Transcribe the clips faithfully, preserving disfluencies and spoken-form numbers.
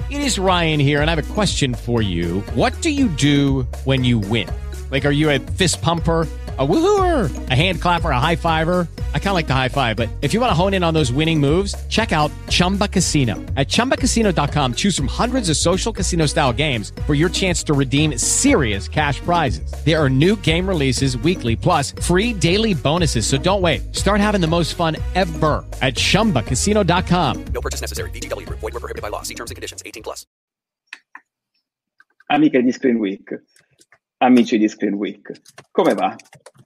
It is Ryan here, and I have a question for you. What do you do when you win? Like, are you a fist pumper, a woohooer, a hand clapper, a high fiver? I kind of like the high five, but if you want to hone in on those winning moves, check out Chumba Casino. At chumba casino dot com, choose from hundreds of social casino style games for your chance to redeem serious cash prizes. There are new game releases weekly, plus free daily bonuses. So don't wait. Start having the most fun ever at chumba casino dot com. No purchase necessary. V G W Group. Void where prohibited by law. See terms and conditions. eighteen plus. Amiche di Screen Week, amici di Screen Week, come va?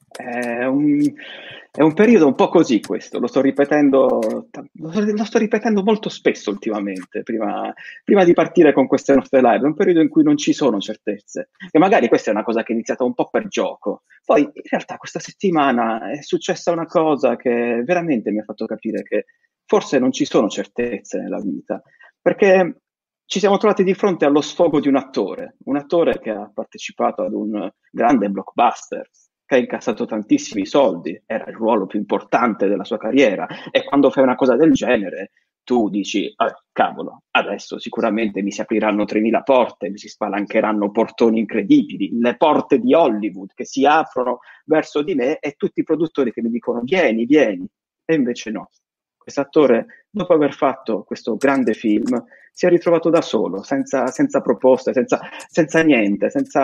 È un, è un periodo un po' così questo, lo sto ripetendo, lo sto ripetendo molto spesso ultimamente, prima, prima di partire con queste nostre live. È un periodo in cui non ci sono certezze, e magari questa è una cosa che è iniziata un po' per gioco. Poi in realtà questa settimana è successa una cosa che veramente mi ha fatto capire che forse non ci sono certezze nella vita, perché ci siamo trovati di fronte allo sfogo di un attore, un attore che ha partecipato ad un grande blockbuster, che ha incassato tantissimi soldi, era il ruolo più importante della sua carriera, e quando fai una cosa del genere tu dici, ah, cavolo, adesso sicuramente mi si apriranno tremila porte, mi si spalancheranno portoni incredibili, le porte di Hollywood che si aprono verso di me e tutti i produttori che mi dicono vieni, vieni, e invece no. Quest'attore, dopo aver fatto questo grande film, si è ritrovato da solo, senza, senza proposte, senza, senza niente, senza,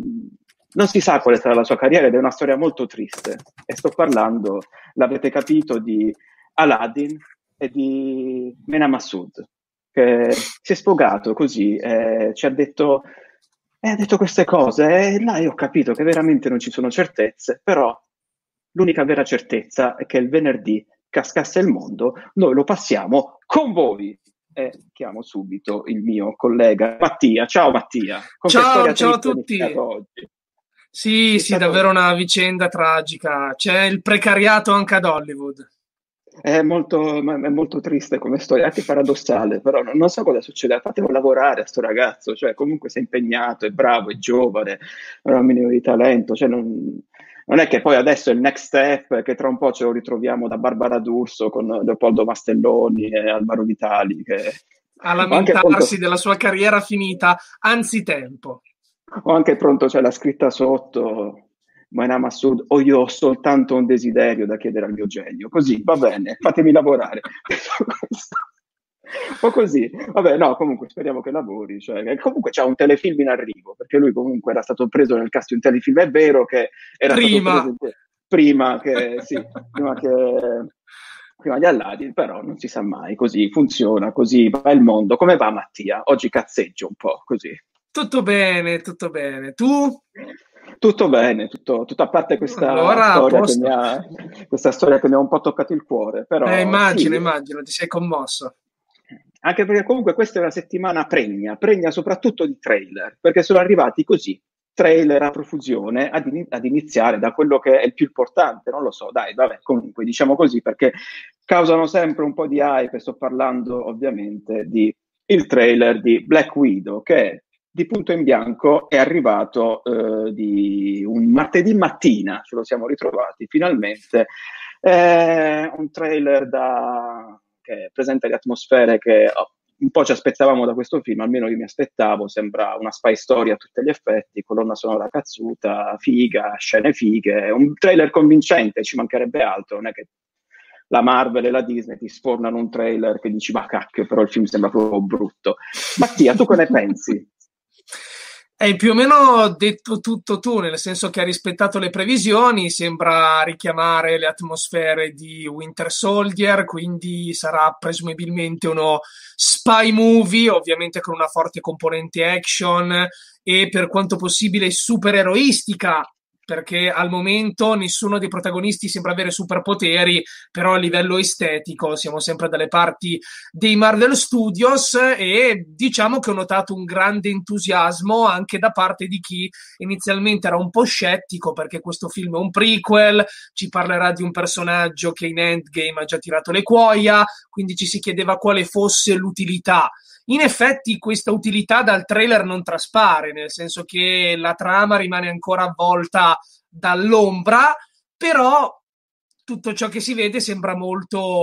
non si sa quale sarà la sua carriera, ed è una storia molto triste. E sto parlando, l'avete capito, di Aladdin e di Mena Massoud, che si è sfogato così, e ci ha detto, e ha detto queste cose, e là io ho capito che veramente non ci sono certezze, però l'unica vera certezza è che il venerdì cascasse il mondo, noi lo passiamo con voi. E chiamo subito il mio collega Mattia. Ciao Mattia. Con ciao, ciao a tutti. Oggi? Sì, È sì, stato... davvero una vicenda tragica. C'è il precariato anche ad Hollywood. È molto, è molto triste come storia, anche paradossale, però non, non so cosa succede. Fatelo lavorare a sto ragazzo, cioè comunque si è impegnato, è bravo, è giovane, non ha un minimo di talento, cioè non... Non è che poi adesso è il next step, che tra un po' ce lo ritroviamo da Barbara D'Urso con Leopoldo Mastelloni e Alvaro Vitali. Che... A lamentarsi pronto... della sua carriera finita, anzitempo. O anche pronto c'è la scritta sotto, Mena Massoud, o io ho soltanto un desiderio da chiedere al mio genio. Così, va bene, fatemi lavorare. O così, vabbè, no, comunque speriamo che lavori, cioè, comunque c'ha un telefilm in arrivo, perché lui comunque era stato preso nel cast di un telefilm, è vero che era prima. stato preso prima che, sì, prima che prima di Aladdin, però non si sa mai, così funziona, così va il mondo. Come va Mattia? Oggi cazzeggio un po', così. Tutto bene, tutto bene, tu? Tutto bene, tutto, tutto a parte questa, allora, storia che mi ha, questa storia che mi ha un po' toccato il cuore, però eh, immagino, sì. immagino, ti sei commosso. Anche perché comunque questa è una settimana pregna, pregna soprattutto di trailer, perché sono arrivati così, trailer a profusione, ad, in- ad iniziare da quello che è il più importante, non lo so, dai, vabbè, comunque diciamo così, perché causano sempre un po' di hype, e sto parlando ovviamente di il trailer di Black Widow, che di punto in bianco è arrivato eh, di un martedì mattina, ce lo siamo ritrovati finalmente, è un trailer da... che presenta le atmosfere che oh, un po' ci aspettavamo da questo film, almeno io mi aspettavo. Sembra una spy story a tutti gli effetti, colonna sonora cazzuta, figa, scene fighe, un trailer convincente, ci mancherebbe altro, non è che la Marvel e la Disney ti sfornano un trailer che dici ma cacchio, però il film sembra proprio brutto. Mattia, tu cosa ne pensi? Hai più o meno detto tutto tu, nel senso che ha rispettato le previsioni, sembra richiamare le atmosfere di Winter Soldier, quindi sarà presumibilmente uno spy movie, ovviamente con una forte componente action e per quanto possibile supereroistica, perché al momento nessuno dei protagonisti sembra avere superpoteri, però a livello estetico siamo sempre dalle parti dei Marvel Studios, e diciamo che ho notato un grande entusiasmo anche da parte di chi inizialmente era un po' scettico, perché questo film è un prequel, ci parlerà di un personaggio che in Endgame ha già tirato le cuoia, quindi ci si chiedeva quale fosse l'utilità. In effetti questa utilità dal trailer non traspare, nel senso che la trama rimane ancora avvolta dall'ombra, però tutto ciò che si vede sembra molto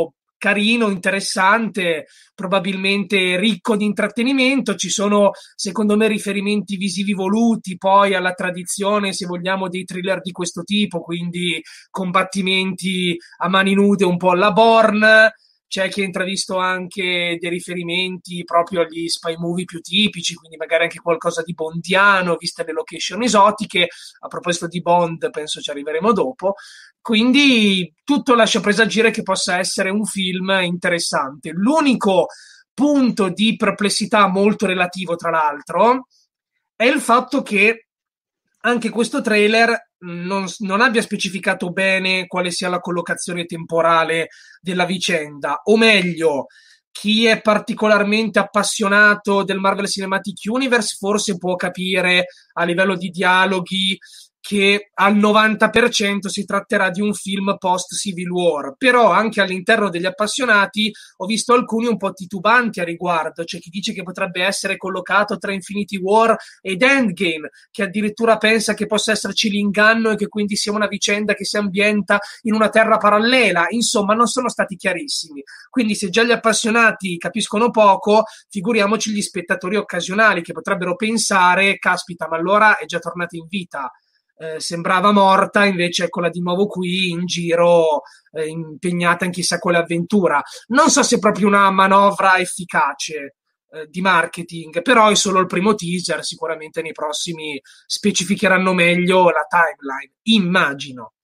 carino, interessante, probabilmente ricco di intrattenimento. Ci sono, secondo me, riferimenti visivi voluti poi alla tradizione, se vogliamo, dei thriller di questo tipo, quindi combattimenti a mani nude un po' alla Bourne. C'è chi ha intravisto anche dei riferimenti proprio agli spy movie più tipici, quindi magari anche qualcosa di bondiano, viste le location esotiche. A proposito di Bond, penso ci arriveremo dopo. Quindi tutto lascia presagire che possa essere un film interessante. L'unico punto di perplessità, molto relativo tra l'altro, è il fatto che anche questo trailer non, non abbia specificato bene quale sia la collocazione temporale della vicenda, o meglio, chi è particolarmente appassionato del Marvel Cinematic Universe forse può capire a livello di dialoghi che al novanta per cento si tratterà di un film post Civil War, però anche all'interno degli appassionati ho visto alcuni un po' titubanti a riguardo. C'è chi dice che potrebbe essere collocato tra Infinity War ed Endgame, che addirittura pensa che possa esserci l'inganno e che quindi sia una vicenda che si ambienta in una terra parallela. Insomma, non sono stati chiarissimi, quindi se già gli appassionati capiscono poco, figuriamoci gli spettatori occasionali che potrebbero pensare: caspita, ma allora è già tornata in vita. Eh, sembrava morta, invece eccola di nuovo qui in giro, eh, impegnata in chissà quale avventura. Non so se è proprio una manovra efficace eh, di marketing, però è solo il primo teaser. Sicuramente nei prossimi specificheranno meglio la timeline, immagino.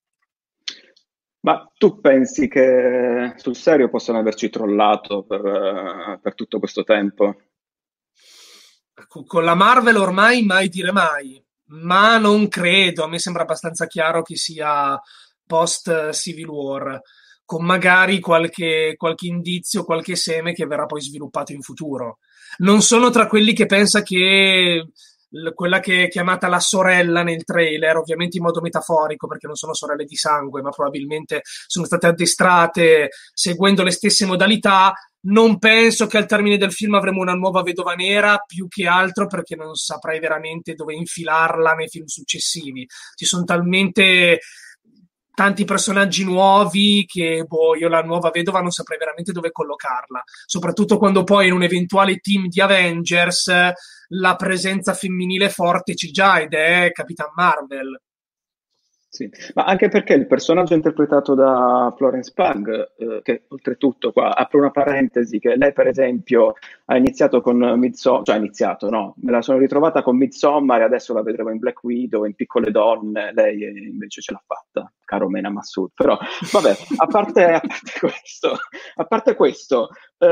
Ma tu pensi che sul serio possano averci trollato per, uh, per tutto questo tempo? Con la Marvel ormai mai dire mai, ma non credo. A me sembra abbastanza chiaro che sia post Civil War, con magari qualche, qualche indizio, qualche seme che verrà poi sviluppato in futuro. Non sono tra quelli che pensa che quella che è chiamata la sorella nel trailer, ovviamente in modo metaforico perché non sono sorelle di sangue, ma probabilmente sono state addestrate seguendo le stesse modalità. Non penso che al termine del film avremo una nuova Vedova Nera, più che altro perché non saprei veramente dove infilarla nei film successivi. Ci sono talmente tanti personaggi nuovi che boh, io la nuova vedova non saprei veramente dove collocarla, soprattutto quando poi in un eventuale team di Avengers la presenza femminile forte c'è già ed è Capitan Marvel. Sì, ma anche perché il personaggio interpretato da Florence Pugh, eh, che oltretutto qua apro una parentesi, che lei per esempio ha iniziato con Midsommar, cioè ha iniziato, no, me la sono ritrovata con Midsommar e adesso la vedremo in Black Widow, in Piccole Donne, lei invece ce l'ha fatta, caro Mena Massoud. Però vabbè, a parte, a parte questo, a parte questo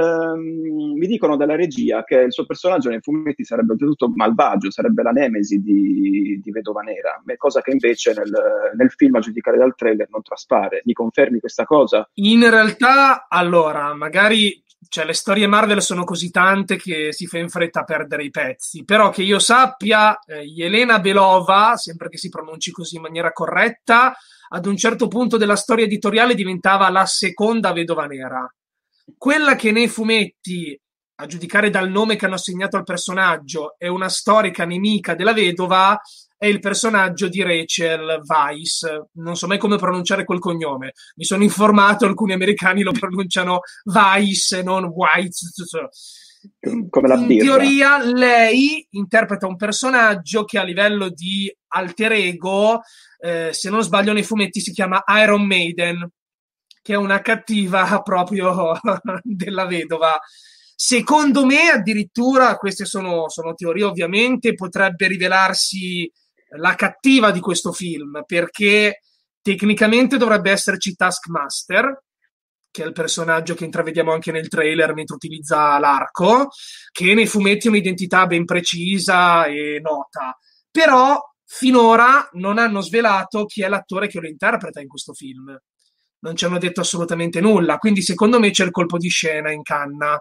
ehm, mi dicono dalla regia che il suo personaggio nei fumetti sarebbe oltretutto malvagio, sarebbe la nemesi di, di Vedova Nera, cosa che invece nel nel film, a giudicare dal trailer, non traspare. Mi confermi questa cosa? In realtà, allora, magari cioè, le storie Marvel sono così tante che si fa in fretta a perdere i pezzi, però che io sappia, eh, Yelena Belova, sempre che si pronunci così in maniera corretta, ad un certo punto della storia editoriale diventava la seconda Vedova Nera. Quella che nei fumetti, a giudicare dal nome che hanno assegnato al personaggio, è una storica nemica della vedova, è il personaggio di Rachel Weisz. Non so mai come pronunciare quel cognome. Mi sono informato, alcuni americani lo pronunciano Weisz e non Weisz. Come la in birra. Teoria lei interpreta un personaggio che a livello di alter ego, eh, se non sbaglio nei fumetti si chiama Iron Maiden, che è una cattiva proprio della vedova. Secondo me addirittura, queste sono, sono teorie ovviamente, potrebbe rivelarsi la cattiva di questo film, perché tecnicamente dovrebbe esserci Taskmaster, che è il personaggio che intravediamo anche nel trailer mentre utilizza l'arco, che nei fumetti ha un'identità ben precisa e nota, però finora non hanno svelato chi è l'attore che lo interpreta in questo film, non ci hanno detto assolutamente nulla, quindi secondo me c'è il colpo di scena in canna.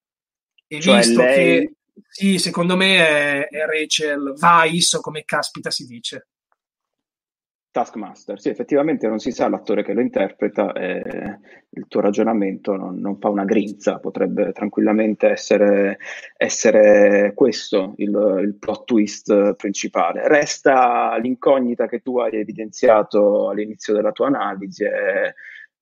E cioè visto lei... che sì, secondo me è, è Rachel Weisz, o come caspita si dice. Taskmaster, sì, effettivamente non si sa l'attore che lo interpreta e il tuo ragionamento non, non fa una grinza, potrebbe tranquillamente essere, essere questo il, il plot twist principale. Resta l'incognita che tu hai evidenziato all'inizio della tua analisi, e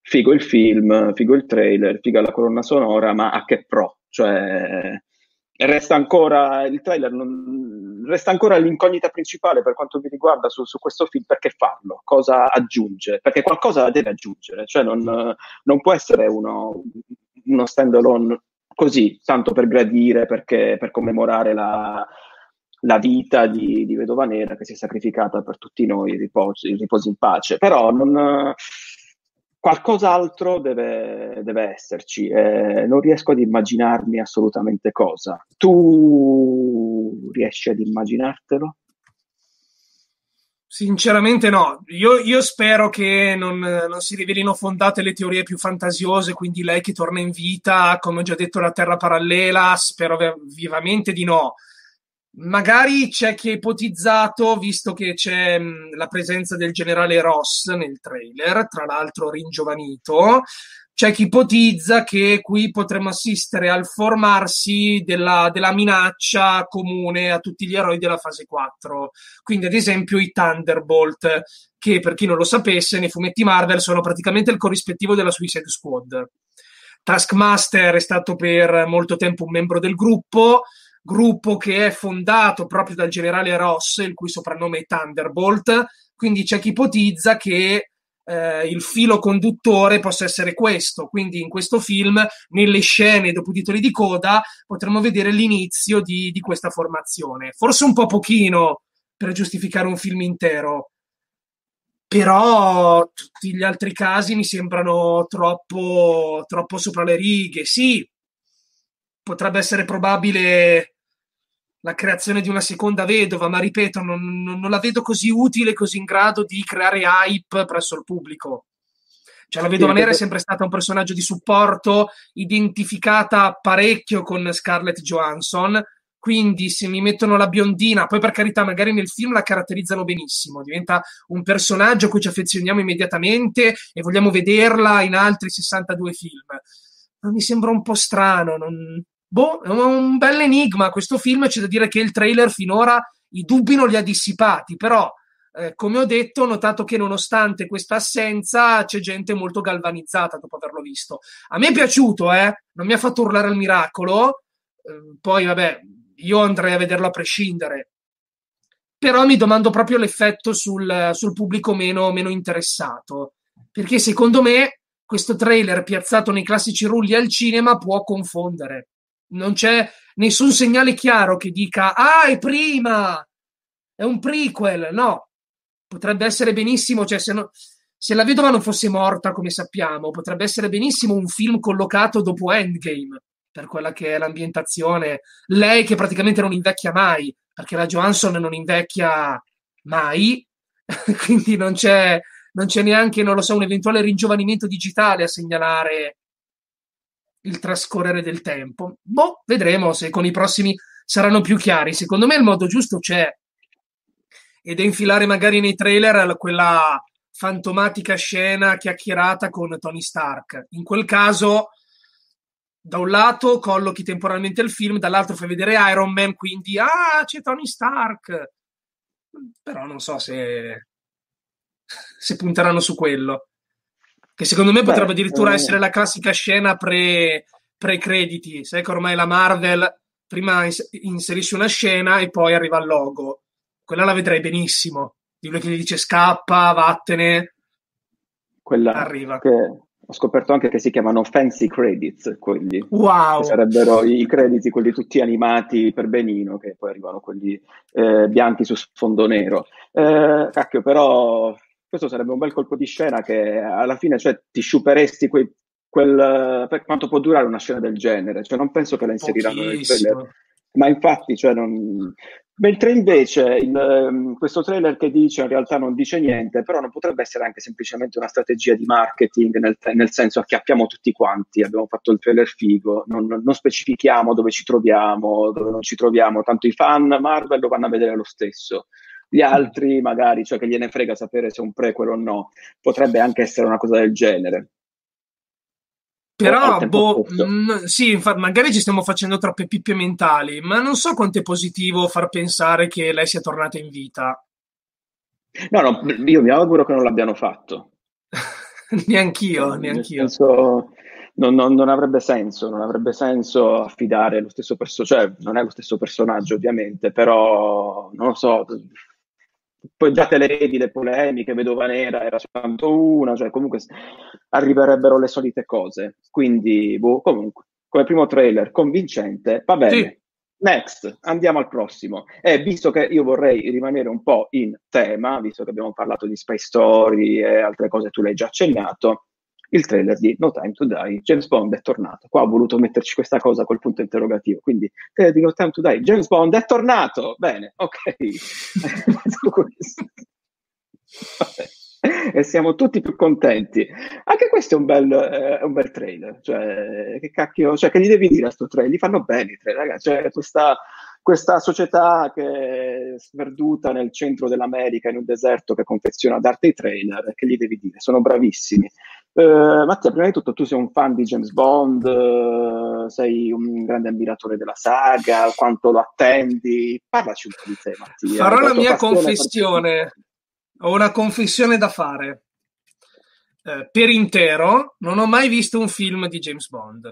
figo il film, figo il trailer, figa la colonna sonora, ma a che pro? Cioè, resta ancora il trailer, non, resta ancora l'incognita principale per quanto mi riguarda su, su questo film. Perché farlo? Cosa aggiunge? Perché qualcosa deve aggiungere, cioè non, non può essere uno, uno stand alone così, tanto per gradire, perché, per commemorare la, la vita di, di Vedova Nera che si è sacrificata per tutti noi, riposi, riposi in pace. Però non, qualcos'altro deve, deve esserci, eh, non riesco ad immaginarmi assolutamente cosa. Tu riesci ad immaginartelo? Sinceramente no, io, io spero che non, non si rivelino fondate le teorie più fantasiose, quindi lei che torna in vita, come ho già detto, la Terra parallela, spero vivamente di no. Magari c'è chi ha ipotizzato, visto che c'è mh, la presenza del generale Ross nel trailer, tra l'altro ringiovanito, c'è chi ipotizza che qui potremmo assistere al formarsi della, della minaccia comune a tutti gli eroi della fase quattro. Quindi, ad esempio, i Thunderbolt, che per chi non lo sapesse, nei fumetti Marvel sono praticamente il corrispettivo della Suicide Squad. Taskmaster è stato per molto tempo un membro del gruppo, gruppo che è fondato proprio dal generale Ross, il cui soprannome è Thunderbolt. Quindi c'è chi ipotizza che Eh, il filo conduttore possa essere questo, quindi in questo film, nelle scene dopo i titoli di coda, potremmo vedere l'inizio di, di questa formazione, forse un po' pochino per giustificare un film intero, però tutti gli altri casi mi sembrano troppo, troppo sopra le righe. Sì, potrebbe essere probabile la creazione di una seconda vedova, ma ripeto, non, non, non la vedo così utile, così in grado di creare hype presso il pubblico. Cioè, la vedova nera è sempre stata un personaggio di supporto, identificata parecchio con Scarlett Johansson, quindi se mi mettono la biondina, poi per carità magari nel film la caratterizzano benissimo, diventa un personaggio a cui ci affezioniamo immediatamente e vogliamo vederla in altri sessantadue film. Ma mi sembra un po' strano, non... Boh, è un bel enigma questo film. C'è da dire che il trailer finora i dubbi non li ha dissipati, però eh, come ho detto ho notato che nonostante questa assenza c'è gente molto galvanizzata dopo averlo visto. A me è piaciuto, eh? Non mi ha fatto urlare al miracolo, eh, poi vabbè, io andrei a vederlo a prescindere, però mi domando proprio l'effetto sul, sul pubblico meno, meno interessato, perché secondo me questo trailer piazzato nei classici rulli al cinema può confondere. Non c'è nessun segnale chiaro che dica ah, è prima, è un prequel. No, potrebbe essere benissimo, cioè se, no, se la vedova non fosse morta, come sappiamo, potrebbe essere benissimo un film collocato dopo Endgame, per quella che è l'ambientazione. Lei che praticamente non invecchia mai, perché la Johansson non invecchia mai, quindi non c'è, non c'è neanche, non lo so, un eventuale ringiovanimento digitale a segnalare il trascorrere del tempo. Boh, vedremo se con i prossimi saranno più chiari. Secondo me il modo giusto c'è, ed è infilare magari nei trailer quella fantomatica scena chiacchierata con Tony Stark. In quel caso, da un lato collochi temporalmente il film, dall'altro fai vedere Iron Man, quindi ah, c'è Tony Stark. Però non so se se punteranno su quello, che secondo me potrebbe Beh, addirittura eh... essere la classica scena pre, pre-crediti. Sai che ormai la Marvel prima ins- inserisce una scena e poi arriva il logo. Quella la vedrei benissimo, di lui che gli dice scappa, vattene. Quella arriva. Che ho scoperto anche che si chiamano fancy credits, quelli. Wow. Che sarebbero i crediti, quelli tutti animati per benino, che poi arrivano quelli eh, bianchi su sfondo nero. Eh, cacchio, però... questo sarebbe un bel colpo di scena che alla fine, cioè, ti sciuperesti quei, quel, per quanto può durare una scena del genere, cioè non penso che la inseriranno nel trailer, ma infatti, cioè, non... mentre invece il, questo trailer che dice in realtà non dice niente, però non potrebbe essere anche semplicemente una strategia di marketing, nel, nel senso acchiappiamo tutti quanti, abbiamo fatto il trailer figo, non, non specifichiamo dove ci troviamo, dove non ci troviamo, tanto i fan Marvel lo vanno a vedere lo stesso. Gli altri magari, cioè che gliene frega sapere se è un prequel o no, potrebbe anche essere una cosa del genere. Però, boh, mh, sì, infatti, magari ci stiamo facendo troppe pippe mentali, ma non so quanto è positivo far pensare che lei sia tornata in vita. No, no, io mi auguro che non l'abbiano fatto. neanch'io, Nel neanch'io. senso, non, non- non avrebbe senso, non avrebbe senso affidare lo stesso personaggio, cioè non è lo stesso personaggio ovviamente, però non lo so, poi già te le vedi le polemiche, Vedova Nera era soltanto una, cioè comunque s- arriverebbero le solite cose, quindi boh, comunque, come primo trailer convincente, va Sì. bene. Next, andiamo al prossimo. E visto che io vorrei rimanere un po' in tema, visto che abbiamo parlato di Spy Story e altre cose, tu l'hai già accennato, il trailer di No Time to Die, James Bond è tornato. Qua ho voluto metterci questa cosa col punto interrogativo, quindi trailer di No Time to Die, James Bond è tornato. Bene, ok. Su questo. Vabbè. E siamo tutti più contenti. Anche questo è un bel, eh, è un bel trailer. Cioè, che cacchio, cioè, che gli devi dire a sto trailer? Li fanno bene i trailer, ragazzi. Cioè, questa, questa società che è sperduta nel centro dell'America, in un deserto, che confeziona ad arte i trailer, che gli devi dire? Sono bravissimi. Uh, Mattia, prima di tutto tu sei un fan di James Bond, uh, sei un grande ammiratore della saga, quanto lo attendi? Parlaci un po' di te, Mattia, Farò della la tua mia passione per James confessione. Bond. Ho una confessione da fare. Eh, per intero, non ho mai visto un film di James Bond.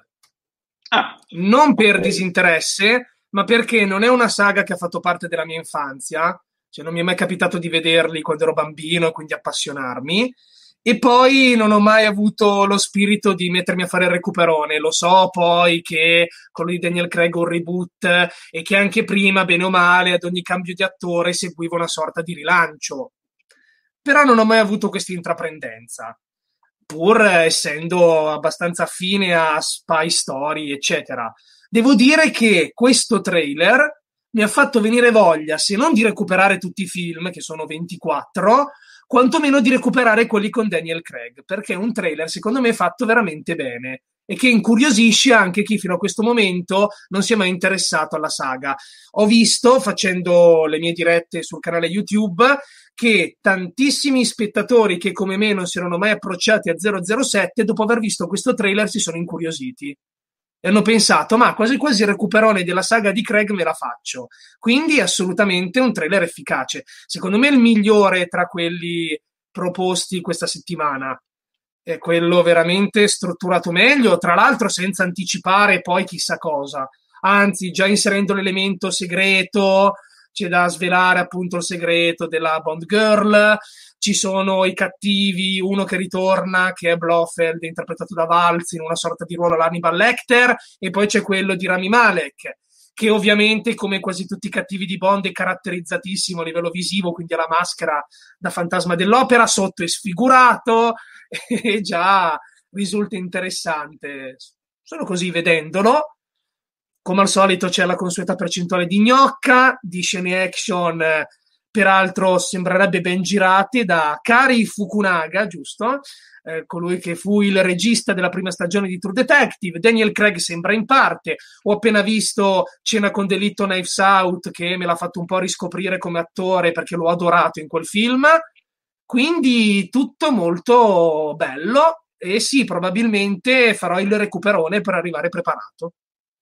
Ah, Non per ok. disinteresse, ma perché non è una saga che ha fatto parte della mia infanzia. Cioè, non mi è mai capitato di vederli quando ero bambino e quindi appassionarmi. E poi non ho mai avuto lo spirito di mettermi a fare il recuperone. Lo so poi che quello di Daniel Craig è un reboot e che anche prima, bene o male, ad ogni cambio di attore seguiva una sorta di rilancio. Però non ho mai avuto questa intraprendenza, pur essendo abbastanza affine a Spy Story, eccetera. Devo dire che questo trailer mi ha fatto venire voglia, se non di recuperare tutti i film, che sono ventiquattro, quantomeno di recuperare quelli con Daniel Craig, perché è un trailer, secondo me, fatto veramente bene e che incuriosisce anche chi fino a questo momento non si è mai interessato alla saga. Ho visto, facendo le mie dirette sul canale YouTube, che tantissimi spettatori che come me non si erano mai approcciati a zero zero sette, dopo aver visto questo trailer si sono incuriositi e hanno pensato, ma quasi quasi il recuperone della saga di Craig me la faccio. Quindi assolutamente un trailer efficace. Secondo me il migliore tra quelli proposti questa settimana. È quello veramente strutturato meglio, tra l'altro senza anticipare poi chissà cosa. Anzi, già inserendo l'elemento segreto, c'è da svelare appunto il segreto della Bond Girl, ci sono i cattivi, uno che ritorna, che è Blofeld, interpretato da Waltz in una sorta di ruolo all'Hannibal Lecter, e poi c'è quello di Rami Malek, che ovviamente, come quasi tutti i cattivi di Bond, è caratterizzatissimo a livello visivo, quindi ha la maschera da fantasma dell'opera, sotto è sfigurato, e già risulta interessante. Solo così vedendolo. Come al solito c'è la consueta percentuale di gnocca, di scene action, eh, peraltro sembrerebbe ben girate, da Kari Fukunaga, giusto? Eh, colui che fu il regista della prima stagione di True Detective. Daniel Craig sembra in parte. Ho appena visto Cena con delitto Knives Out, che me l'ha fatto un po' riscoprire come attore perché l'ho adorato in quel film. Quindi tutto molto bello e sì, probabilmente farò il recuperone per arrivare preparato.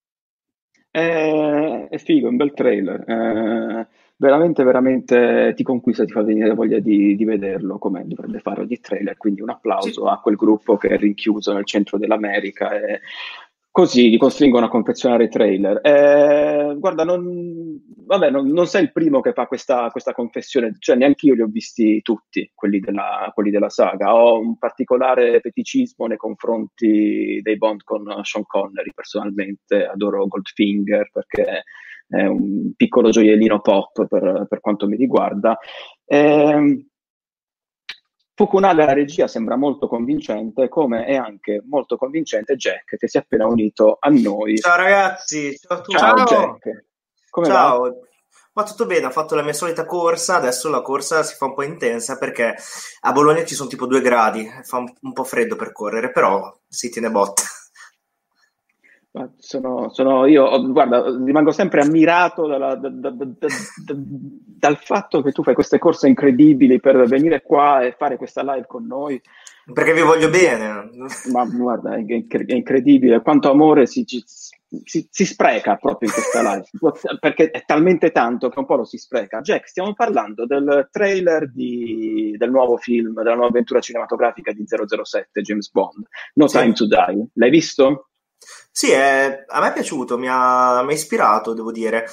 È, è figo, è un bel trailer. Eh, veramente, veramente ti conquista, ti fa venire voglia di, di vederlo, come dovrebbe fare ogni trailer. Quindi un Sì. applauso a quel gruppo che è rinchiuso nel centro dell'America e così li costringono a confezionare i trailer. Eh, guarda, non, vabbè, non, non sei il primo che fa questa, questa confessione, cioè neanche io li ho visti tutti, quelli della, quelli della saga. Ho un particolare feticismo nei confronti dei Bond con Sean Connery, personalmente adoro Goldfinger perché è un piccolo gioiellino pop per, per quanto mi riguarda. Eh, Fukunaga, la regia, sembra molto convincente, come è anche molto convincente Jack, che si è appena unito a noi. Ciao ragazzi, ciao a tutti. Ciao, Ciao. Jack, come va? Ciao, ma tutto bene, ho fatto la mia solita corsa, adesso la corsa si fa un po' intensa perché a Bologna ci sono tipo due gradi, fa un, un po' freddo per correre, però si tiene botta. Ma Sono, sono io, guarda, rimango sempre ammirato dalla- da- da- da- da- da- dal fatto che tu fai queste corse incredibili per venire qua e fare questa live con noi. Perché vi voglio bene. Ma guarda, è, è incre- è incredibile quanto amore si, ci- si, si spreca proprio in questa live, perché è talmente tanto che un po' lo si spreca. Jack, stiamo parlando del trailer di, del nuovo film, della nuova avventura cinematografica di zero zero sette, James Bond, No Sì. Time to Die. L'hai visto? Sì, è- a me è piaciuto, mi ha, mi ha ispirato, devo dire.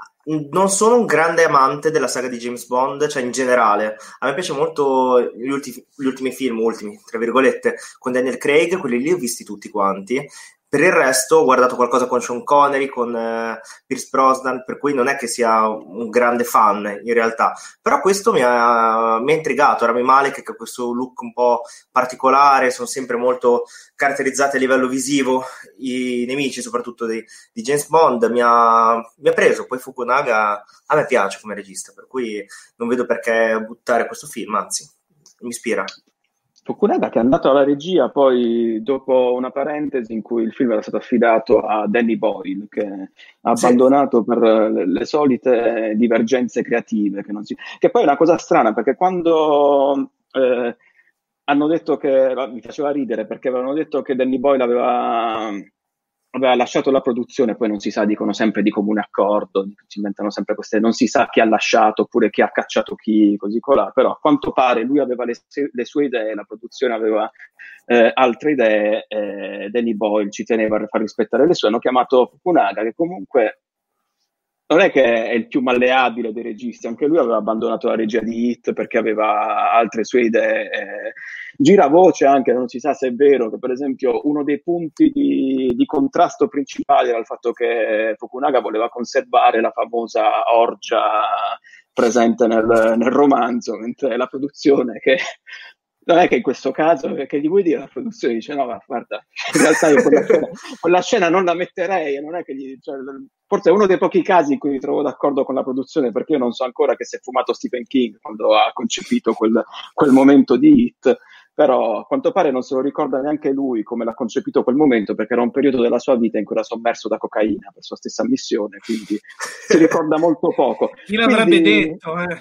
Non sono un grande amante della saga di James Bond, cioè in generale. A me piace molto gli ultimi, gli ultimi film, ultimi, tra virgolette, con Daniel Craig, quelli lì li ho visti tutti quanti. Per il resto ho guardato qualcosa con Sean Connery, con eh, Pierce Brosnan, per cui non è che sia un grande fan in realtà. Però questo mi ha, mi ha intrigato. Rami Malek, che ha questo look un po' particolare, sono sempre molto caratterizzati a livello visivo i nemici, soprattutto di, di James Bond, mi ha, mi ha preso. Poi Fukunaga a me piace come regista, per cui non vedo perché buttare questo film, anzi mi ispira. Fukunaga, che è andato alla regia poi dopo una parentesi in cui il film era stato affidato a Danny Boyle, che ha Sì. abbandonato per le, le solite divergenze creative, che, non si... che poi è una cosa strana, perché quando eh, hanno detto che, mi faceva ridere, perché avevano detto che Danny Boyle aveva, aveva lasciato la produzione, poi non si sa, dicono sempre di comune accordo, si inventano sempre queste, non si sa chi ha lasciato oppure chi ha cacciato chi, così colà, però a quanto pare lui aveva le, le sue idee, la produzione aveva eh, altre idee, eh, Danny Boyle ci teneva a far rispettare le sue, hanno chiamato Fukunaga, che comunque non è che è il più malleabile dei registi, anche lui aveva abbandonato la regia di Hit perché aveva altre sue idee. Eh, gira voce anche, non si sa se è vero, che per esempio uno dei punti di, di contrasto principali era il fatto che Fukunaga voleva conservare la famosa orgia presente nel, nel romanzo, mentre la produzione, che non è che in questo caso, che gli vuoi dire, la produzione dice no, ma guarda, in realtà io quella scena, quella scena non la metterei, non è che gli, cioè, forse è uno dei pochi casi in cui mi trovo d'accordo con la produzione, perché io non so ancora che si è fumato Stephen King quando ha concepito quel, quel momento di Hit, però a quanto pare non se lo ricorda neanche lui come l'ha concepito quel momento, perché era un periodo della sua vita in cui era sommerso da cocaina per sua stessa missione, quindi si ricorda molto poco. Chi l'avrebbe Quindi... detto? Eh?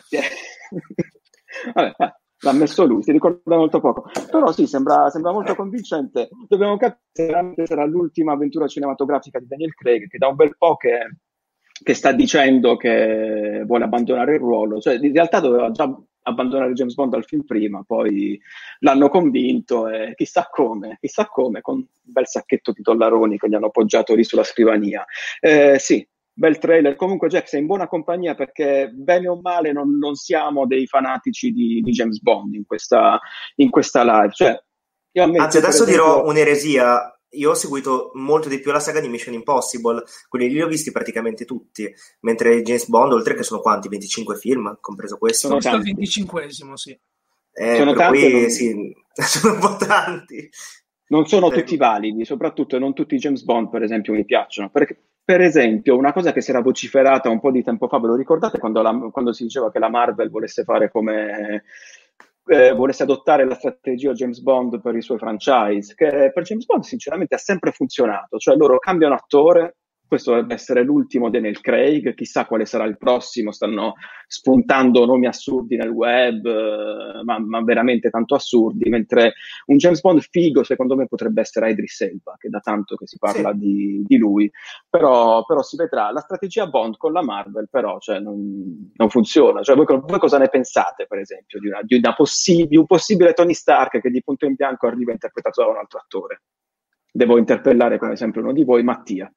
Vabbè, eh. L'ha messo lui, si ricorda molto poco, però sì, sembra, sembra molto convincente. Dobbiamo capire se veramente sarà l'ultima avventura cinematografica di Daniel Craig, che da un bel po' che, che sta dicendo che vuole abbandonare il ruolo, cioè in realtà doveva già abbandonare James Bond dal film prima, poi l'hanno convinto e chissà come, chissà come, con un bel sacchetto di dollaroni che gli hanno appoggiato lì sulla scrivania. Eh, sì, bel trailer. Comunque Jack, sei in buona compagnia, perché bene o male non, non siamo dei fanatici di, di James Bond in questa, in questa live. Cioè, io ammetto, Anzi, adesso per esempio... dirò un'eresia. Io ho seguito molto di più la saga di Mission Impossible, quelli lì li ho visti praticamente tutti, mentre James Bond, oltre che sono quanti? venticinque film, compreso questo? Sono Questo è il tanti. venticinquesimo, sì. Eh, Sono per tanti, cui non- sì, sono un po' tanti. non sono Prego. tutti validi, soprattutto non tutti i James Bond, per esempio, mi piacciono. Perché, per esempio, una cosa che si era vociferata un po' di tempo fa, ve lo ricordate quando, la- quando si diceva che la Marvel volesse fare come... eh, volesse adottare la strategia James Bond per i suoi franchise, che per James Bond sinceramente ha sempre funzionato, cioè loro cambiano attore, questo dovrebbe essere l'ultimo Daniel Craig, chissà quale sarà il prossimo, stanno spuntando nomi assurdi nel web, eh, ma, ma veramente tanto assurdi, mentre un James Bond figo secondo me potrebbe essere Idris Elba, che da tanto che si parla Sì. di, di lui, però, però si vedrà. La strategia Bond con la Marvel però cioè, non, non funziona, cioè, voi, voi cosa ne pensate per esempio di, una, di, una possi- di un possibile Tony Stark che di punto in bianco arriva interpretato da un altro attore? Devo interpellare come sempre uno di voi, Mattia.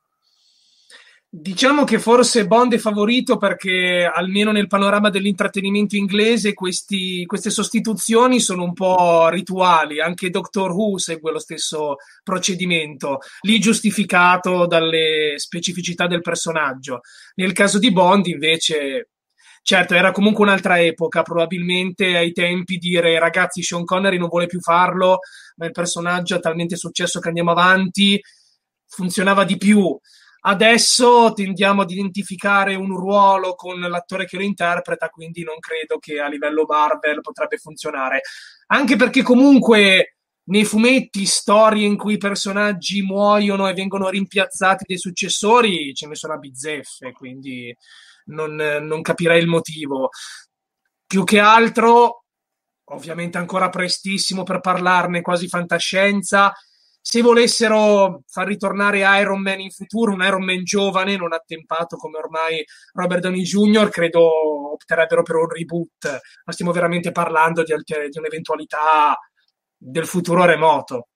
Diciamo che forse Bond è favorito perché almeno nel panorama dell'intrattenimento inglese questi, queste sostituzioni sono un po' rituali, anche Doctor Who segue lo stesso procedimento, lì giustificato dalle specificità del personaggio. Nel caso di Bond invece, certo era comunque un'altra epoca, probabilmente ai tempi dire ragazzi Sean Connery non vuole più farlo, ma il personaggio ha talmente successo che andiamo avanti, funzionava di più. Adesso tendiamo ad identificare un ruolo con l'attore che lo interpreta, quindi non credo che a livello Marvel potrebbe funzionare. Anche perché comunque nei fumetti, storie in cui i personaggi muoiono e vengono rimpiazzati dai successori, ce ne sono a bizzeffe, quindi non, non capirei il motivo. Più che altro, ovviamente ancora prestissimo per parlarne, quasi fantascienza, se volessero far ritornare Iron Man in futuro, un Iron Man giovane, non attempato come ormai Robert Downey junior, credo opterebbero per un reboot, ma stiamo veramente parlando di, alter- di un'eventualità del futuro remoto.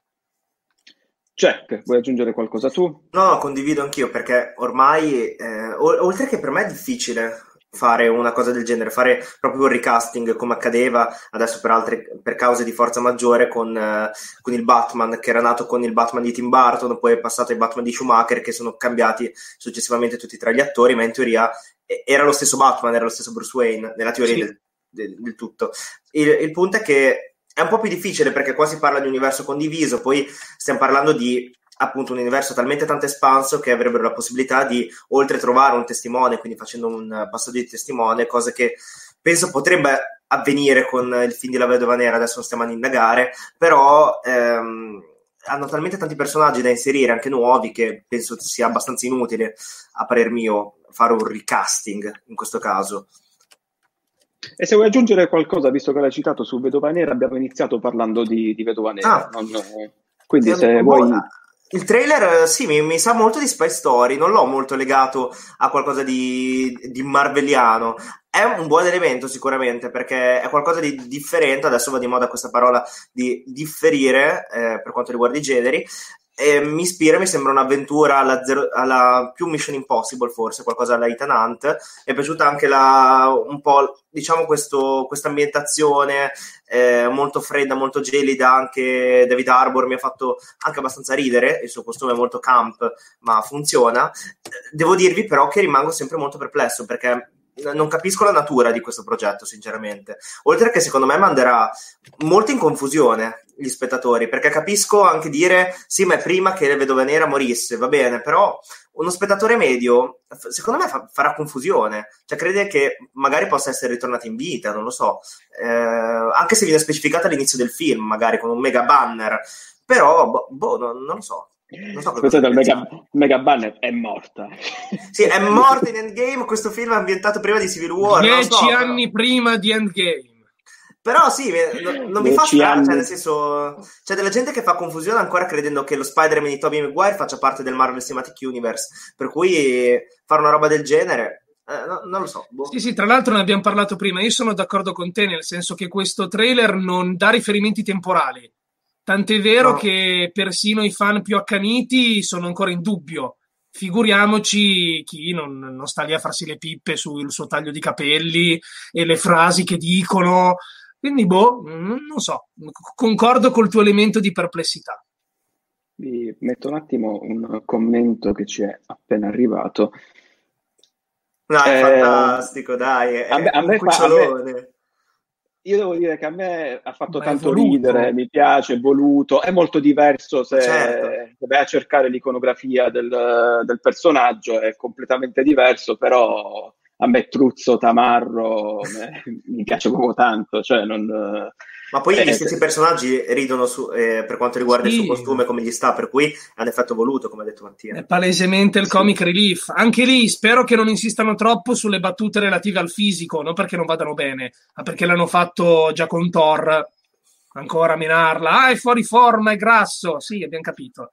Jack, vuoi aggiungere qualcosa tu? No, no, condivido anch'io, perché ormai, eh, o- oltre che per me è difficile fare una cosa del genere, fare proprio un recasting come accadeva adesso per altre per cause di forza maggiore con, eh, con il Batman, che era nato con il Batman di Tim Burton, poi è passato ai Batman di Schumacher, che sono cambiati successivamente tutti e tre gli attori, ma in teoria eh, era lo stesso Batman, era lo stesso Bruce Wayne, nella teoria Sì. del, del, del tutto. Il, il punto è che è un po' più difficile, perché qua si parla di universo condiviso, poi stiamo parlando di appunto un universo talmente tanto espanso che avrebbero la possibilità di, oltre trovare un testimone, quindi facendo un passaggio di testimone, cosa che penso potrebbe avvenire con il film di La Vedova Nera, adesso non stiamo ad indagare, però ehm, hanno talmente tanti personaggi da inserire, anche nuovi, che penso sia abbastanza inutile, a parer mio, fare un recasting in questo caso. E se vuoi aggiungere qualcosa, visto che l'hai citato su Vedova Nera, abbiamo iniziato parlando di, di Vedova Nera, Ah. non- quindi Sì, se un vuoi... po'- Il trailer sì, mi, mi sa molto di Spy Story, non l'ho molto legato a qualcosa di, di marveliano. È un buon elemento sicuramente, perché è qualcosa di differente, adesso va di moda questa parola di differire eh, per quanto riguarda i generi, e mi ispira, mi sembra un'avventura alla, zero, alla più Mission Impossible, forse qualcosa alla Ethan Hunt. Mi è piaciuta anche la, un po', diciamo, questo, questa ambientazione eh, molto fredda, molto gelida. Anche David Harbour mi ha fatto anche abbastanza ridere, il suo costume è molto camp, ma funziona. Devo dirvi però che rimango sempre molto perplesso, perché non capisco la natura di questo progetto, sinceramente. Oltre che secondo me manderà molto in confusione gli spettatori, perché capisco anche dire sì, ma è prima che Vedova Nera morisse, va bene, però uno spettatore medio secondo me fa- farà confusione, cioè crede che magari possa essere ritornata in vita, non lo so, eh, anche se viene specificata all'inizio del film, magari con un mega banner, però boh, boh non, non lo so. Non so cosa Scusate, il mega, pensate. mega banner è morta. Sì, è morto in Endgame, questo film è ambientato prima di Civil War, non lo Dieci so, però- anni prima di Endgame. Però sì, me- no- non mi fa Dieci strano, cioè anni. nel senso, c'è della gente che fa confusione ancora credendo che lo Spider-Man di Tobey Maguire faccia parte del Marvel Cinematic Universe, per cui fare una roba del genere, eh, no- non lo so. boh. Sì, sì, tra l'altro ne abbiamo parlato prima. Io sono d'accordo con te, nel senso che questo trailer non dà riferimenti temporali. Tant'è vero No. che persino i fan più accaniti sono ancora in dubbio. Figuriamoci chi non, non sta lì a farsi le pippe sul suo taglio di capelli e le frasi che dicono. Quindi, boh, mm, non so, concordo col tuo elemento di perplessità. Vi metto un attimo un commento che ci è appena arrivato. No, è Eh, fantastico, dai, è a me- a un me fa- a cucciolone. Io devo dire che a me ha fatto Ma è tanto voluto. ridere, mi piace, è voluto, è molto diverso se, Certo. se vai a cercare l'iconografia del, del personaggio, è completamente diverso, però a me Truzzo Tamarro me- mi piace proprio tanto, cioè non... Ma poi gli eh, stessi personaggi ridono su, eh, per quanto riguarda Sì. il suo costume, come gli sta, per cui è un effetto voluto, come ha detto Mattia. È palesemente il Sì. comic relief. Anche lì spero che non insistano troppo sulle battute relative al fisico, non perché non vadano bene, ma perché l'hanno fatto già con Thor. Ancora a menarla. Ah, è fuori forma, è grasso. Sì, abbiamo capito.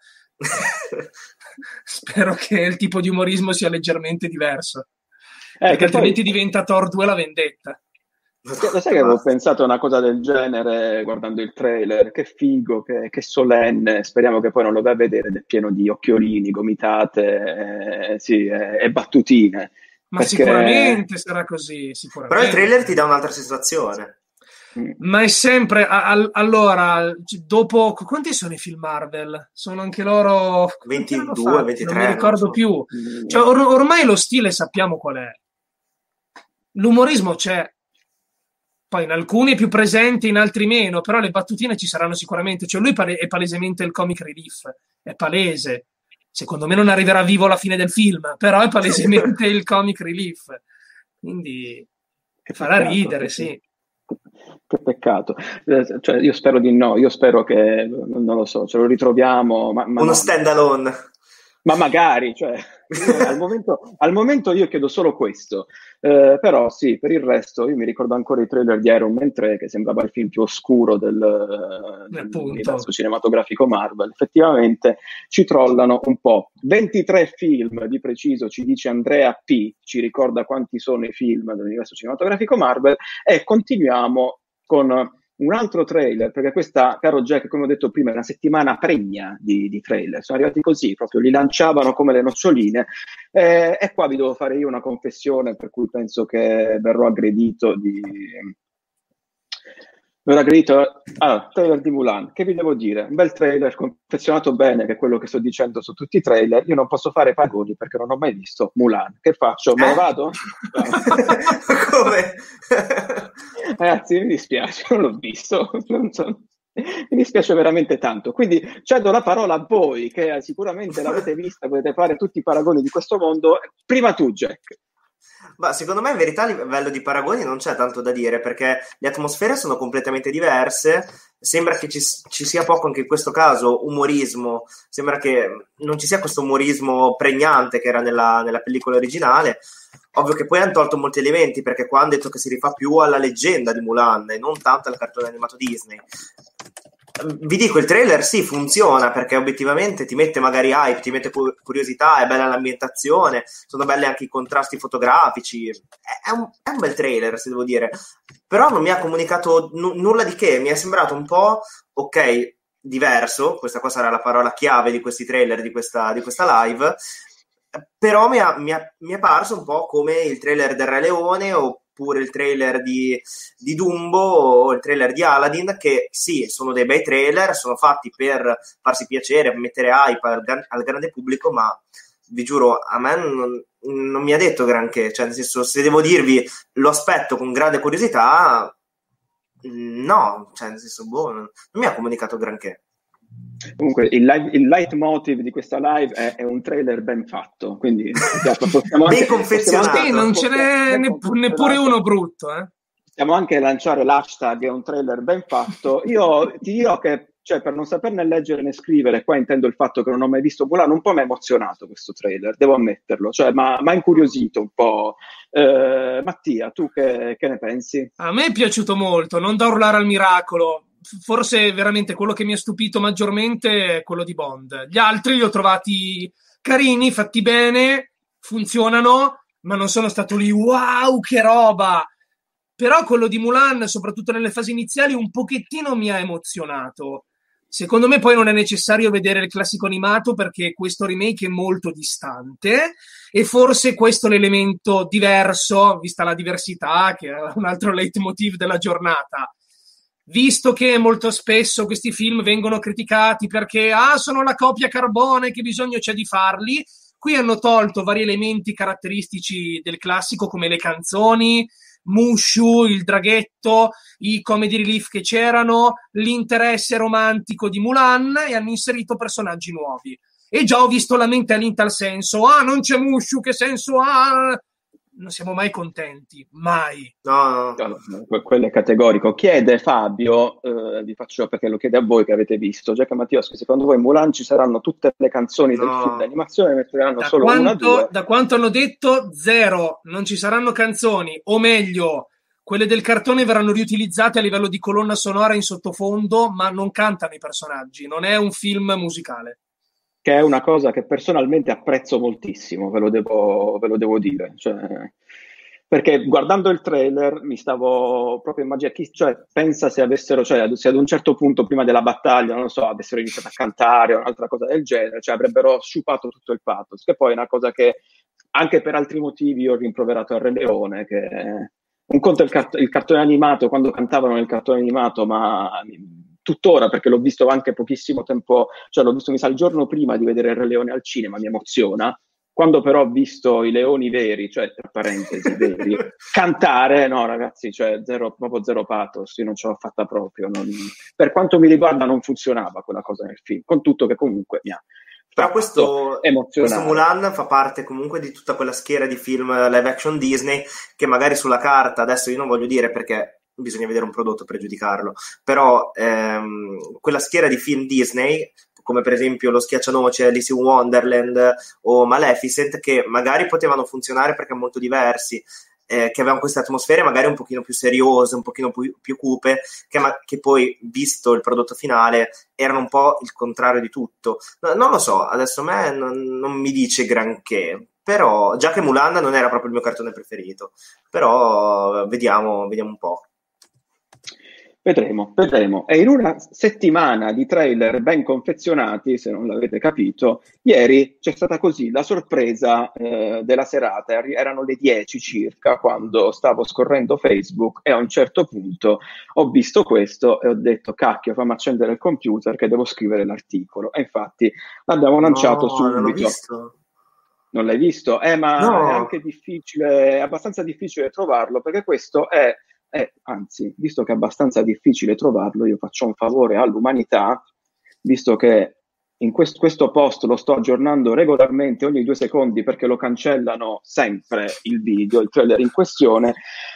Spero che il tipo di umorismo sia leggermente diverso. Eh, Perché che altrimenti poi- diventa Thor due la vendetta. Che- Lo sai che avevo pensato a una cosa del genere guardando il trailer? Che figo, che, che solenne. Speriamo che poi non lo vai a vedere ed è pieno di occhiolini, gomitate, eh, sì, eh, e battutine. Ma Perché- sicuramente sarà così. Però Sicuramente. il trailer ti dà un'altra sensazione. Mm. Ma è sempre a- al- allora c- dopo quanti sono i film Marvel? Sono anche loro quanti hanno ventidue, fatti? ventitré, non mi ricordo non so. più. Mm. Cioè, or- ormai lo stile sappiamo qual è. L'umorismo c'è. Poi in alcuni è più presente, in altri meno, però le battutine ci saranno sicuramente. Cioè lui pale- è palesemente il comic relief, è palese. Secondo me non arriverà vivo alla fine del film, però è palesemente il comic relief. Quindi Che farà peccato, ridere, che- sì. Che peccato. Eh, Cioè, io spero di no, io spero che, non lo so, ce lo ritroviamo, ma, ma Uno no. stand alone. Ma magari, cioè, al, momento, al momento io chiedo solo questo, eh, però sì, per il resto io mi ricordo ancora i trailer di Iron Man tre, che sembrava il film più oscuro del, dell'universo cinematografico Marvel. Effettivamente ci trollano un po'. ventitré film di preciso, ci dice Andrea P, ci ricorda quanti sono i film dell'universo cinematografico Marvel, e continuiamo con un altro trailer, perché questa, caro Jack, come ho detto prima, è una settimana pregna di, di trailer, sono arrivati così, proprio li lanciavano come le noccioline, eh, e qua vi devo fare io una confessione per cui penso che verrò aggredito di... verrò aggredito... Allora, trailer di Mulan, che vi devo dire? Un bel trailer confezionato bene, che è quello che sto dicendo su tutti i trailer. Io non posso fare paragoni perché non ho mai visto Mulan. Che faccio? Me ne vado? Come? Ragazzi, mi dispiace, non l'ho visto, non so. Mi dispiace veramente tanto, quindi cedo la parola a voi che sicuramente l'avete vista, potete fare tutti i paragoni di questo mondo. Prima tu, Jack. Ma secondo me in verità a livello di paragoni non c'è tanto da dire, perché le atmosfere sono completamente diverse, sembra che ci, ci sia poco anche in questo caso umorismo, sembra che non ci sia questo umorismo pregnante che era nella, nella pellicola originale. Ovvio che poi hanno tolto molti elementi, perché qua hanno detto che si rifà più alla leggenda di Mulan e non tanto al cartone animato Disney. Vi dico, il trailer sì, funziona, perché obiettivamente ti mette magari hype, ti mette curiosità, è bella l'ambientazione, sono belli anche i contrasti fotografici, è un, è un bel trailer, se devo dire, però non mi ha comunicato n- nulla di che, mi è sembrato un po', ok, diverso, questa qua sarà la parola chiave di questi trailer, di questa, di questa live, però mi, ha, mi, ha, mi è parso un po' come il trailer del Re Leone o oppure il trailer di, di Dumbo o il trailer di Aladdin, che sì, sono dei bei trailer, sono fatti per farsi piacere, per mettere hype al, al grande pubblico, ma vi giuro, a me non, non mi ha detto granché, cioè nel senso, se devo dirvi lo aspetto con grande curiosità, no, cioè nel senso, boh, non, non mi ha comunicato granché. Comunque il, live, il leitmotiv di questa live è, è un trailer ben fatto, quindi possiamo anche, ben confezionato, sì, non ce n'è neppure, neppure uno brutto, eh? Possiamo anche lanciare l'hashtag è un trailer ben fatto. Io ti dirò che, cioè, per non saperne leggere né scrivere, qua intendo il fatto che non ho mai visto Mulan, un po' mi ha emozionato questo trailer, devo ammetterlo, cioè mi ha incuriosito un po'. Eh, Mattia, tu che, che ne pensi? A me è piaciuto molto, non da urlare al miracolo. Forse veramente quello che mi ha stupito maggiormente è quello di Bond. Gli altri li ho trovati carini, fatti bene, funzionano, ma non sono stato lì wow, che roba. Però quello di Mulan, soprattutto nelle fasi iniziali, un pochettino mi ha emozionato. Secondo me poi non è necessario vedere il classico animato, perché questo remake è molto distante e forse questo è l'elemento diverso, vista la diversità, che è un altro leitmotiv della giornata. Visto che molto spesso questi film vengono criticati perché ah, sono la copia carbone, che bisogno c'è di farli, qui hanno tolto vari elementi caratteristici del classico, come le canzoni, Mushu, il draghetto, i comedy relief che c'erano, l'interesse romantico di Mulan, e hanno inserito personaggi nuovi. E già ho visto la mente in tal senso, ah, non c'è Mushu, che senso ha? Non siamo mai contenti, mai. No, no. no, no quello è categorico. Chiede Fabio, eh, vi faccio perché lo chiede a voi che avete visto, Jack e Mattia, secondo voi Mulan ci saranno tutte le canzoni no. del film d'animazione, metteranno da solo quanto, una o due? Da quanto hanno detto, zero, non ci saranno canzoni, o meglio, quelle del cartone verranno riutilizzate a livello di colonna sonora in sottofondo, ma non cantano i personaggi, non è un film musicale. Che è una cosa che personalmente apprezzo moltissimo, ve lo devo, ve lo devo dire. Cioè, perché guardando il trailer mi stavo proprio immaginando, cioè, pensa se avessero, cioè, se ad un certo punto prima della battaglia, non lo so, avessero iniziato a cantare o un'altra cosa del genere, cioè avrebbero sciupato tutto il pathos, che poi è una cosa che anche per altri motivi ho rimproverato a Re Leone, che un conto è il, cart- il cartone animato, quando cantavano nel cartone animato, ma tuttora, perché l'ho visto anche pochissimo tempo, cioè l'ho visto mi sa il giorno prima di vedere il Re Leone al cinema, mi emoziona. Quando però ho visto i leoni veri, cioè tra parentesi veri, cantare, no ragazzi, cioè zero, proprio zero pathos, io non ce l'ho fatta proprio. Non, per quanto mi riguarda non funzionava quella cosa nel film, con tutto che comunque mi ha Però questo, questo Mulan fa parte comunque di tutta quella schiera di film live action Disney che magari sulla carta, adesso io non voglio dire perché bisogna vedere un prodotto per giudicarlo, però ehm, quella schiera di film Disney come per esempio lo schiaccianoce Alice in Wonderland o Maleficent, che magari potevano funzionare perché molto diversi, eh, che avevano queste atmosfere magari un pochino più seriose, un pochino più, più cupe, che, ma- che poi, visto il prodotto finale, erano un po' il contrario di tutto. No, non lo so, adesso a me non, non mi dice granché, però già che Mulan non era proprio il mio cartone preferito, però vediamo, vediamo un po'. Vedremo, vedremo. E in una settimana di trailer ben confezionati, se non l'avete capito, ieri c'è stata così la sorpresa eh, della serata. Er- Erano le dieci circa quando stavo scorrendo Facebook e a un certo punto ho visto questo e ho detto, cacchio, fammi accendere il computer che devo scrivere l'articolo. E infatti l'abbiamo lanciato No, non l'ho subito. visto. Non l'hai visto? Eh, ma No. è anche difficile, è abbastanza difficile trovarlo, perché questo è, è, anzi, visto che è abbastanza difficile trovarlo, io faccio un favore all'umanità, visto che in quest- questo post lo sto aggiornando regolarmente ogni due secondi perché lo cancellano sempre il video, il trailer in questione.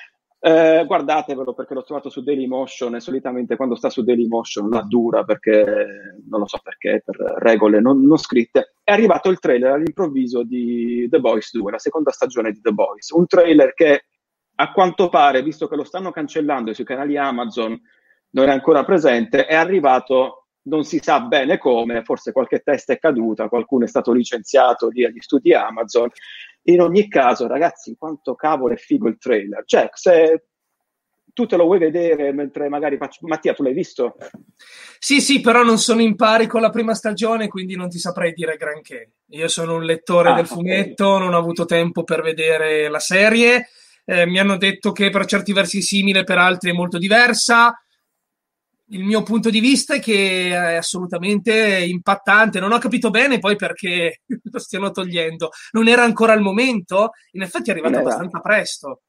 Eh, guardatevelo perché l'ho trovato su Dailymotion e solitamente quando sta su Dailymotion la dura perché non lo so perché, per regole non, non scritte. È arrivato il trailer all'improvviso di The Boys due, la seconda stagione di The Boys, un trailer che a quanto pare, visto che lo stanno cancellando sui canali Amazon, non è ancora presente, è arrivato non si sa bene come, forse qualche testa è caduta, qualcuno è stato licenziato lì agli studi Amazon. In ogni caso, ragazzi, quanto cavolo è figo il trailer. Cioè, se tu te lo vuoi vedere mentre magari faccio... Mattia, tu l'hai visto? Sì, sì, però non sono in pari con la prima stagione, quindi non ti saprei dire granché. Io sono un lettore Ah, del ok. fumetto, non ho avuto tempo per vedere la serie. Eh, mi hanno detto che per certi versi è simile, per altri è molto diversa. Il mio punto di vista è che è assolutamente impattante. Non ho capito bene poi perché lo stiano togliendo. Non era ancora il momento? In effetti è arrivato Non era. abbastanza presto.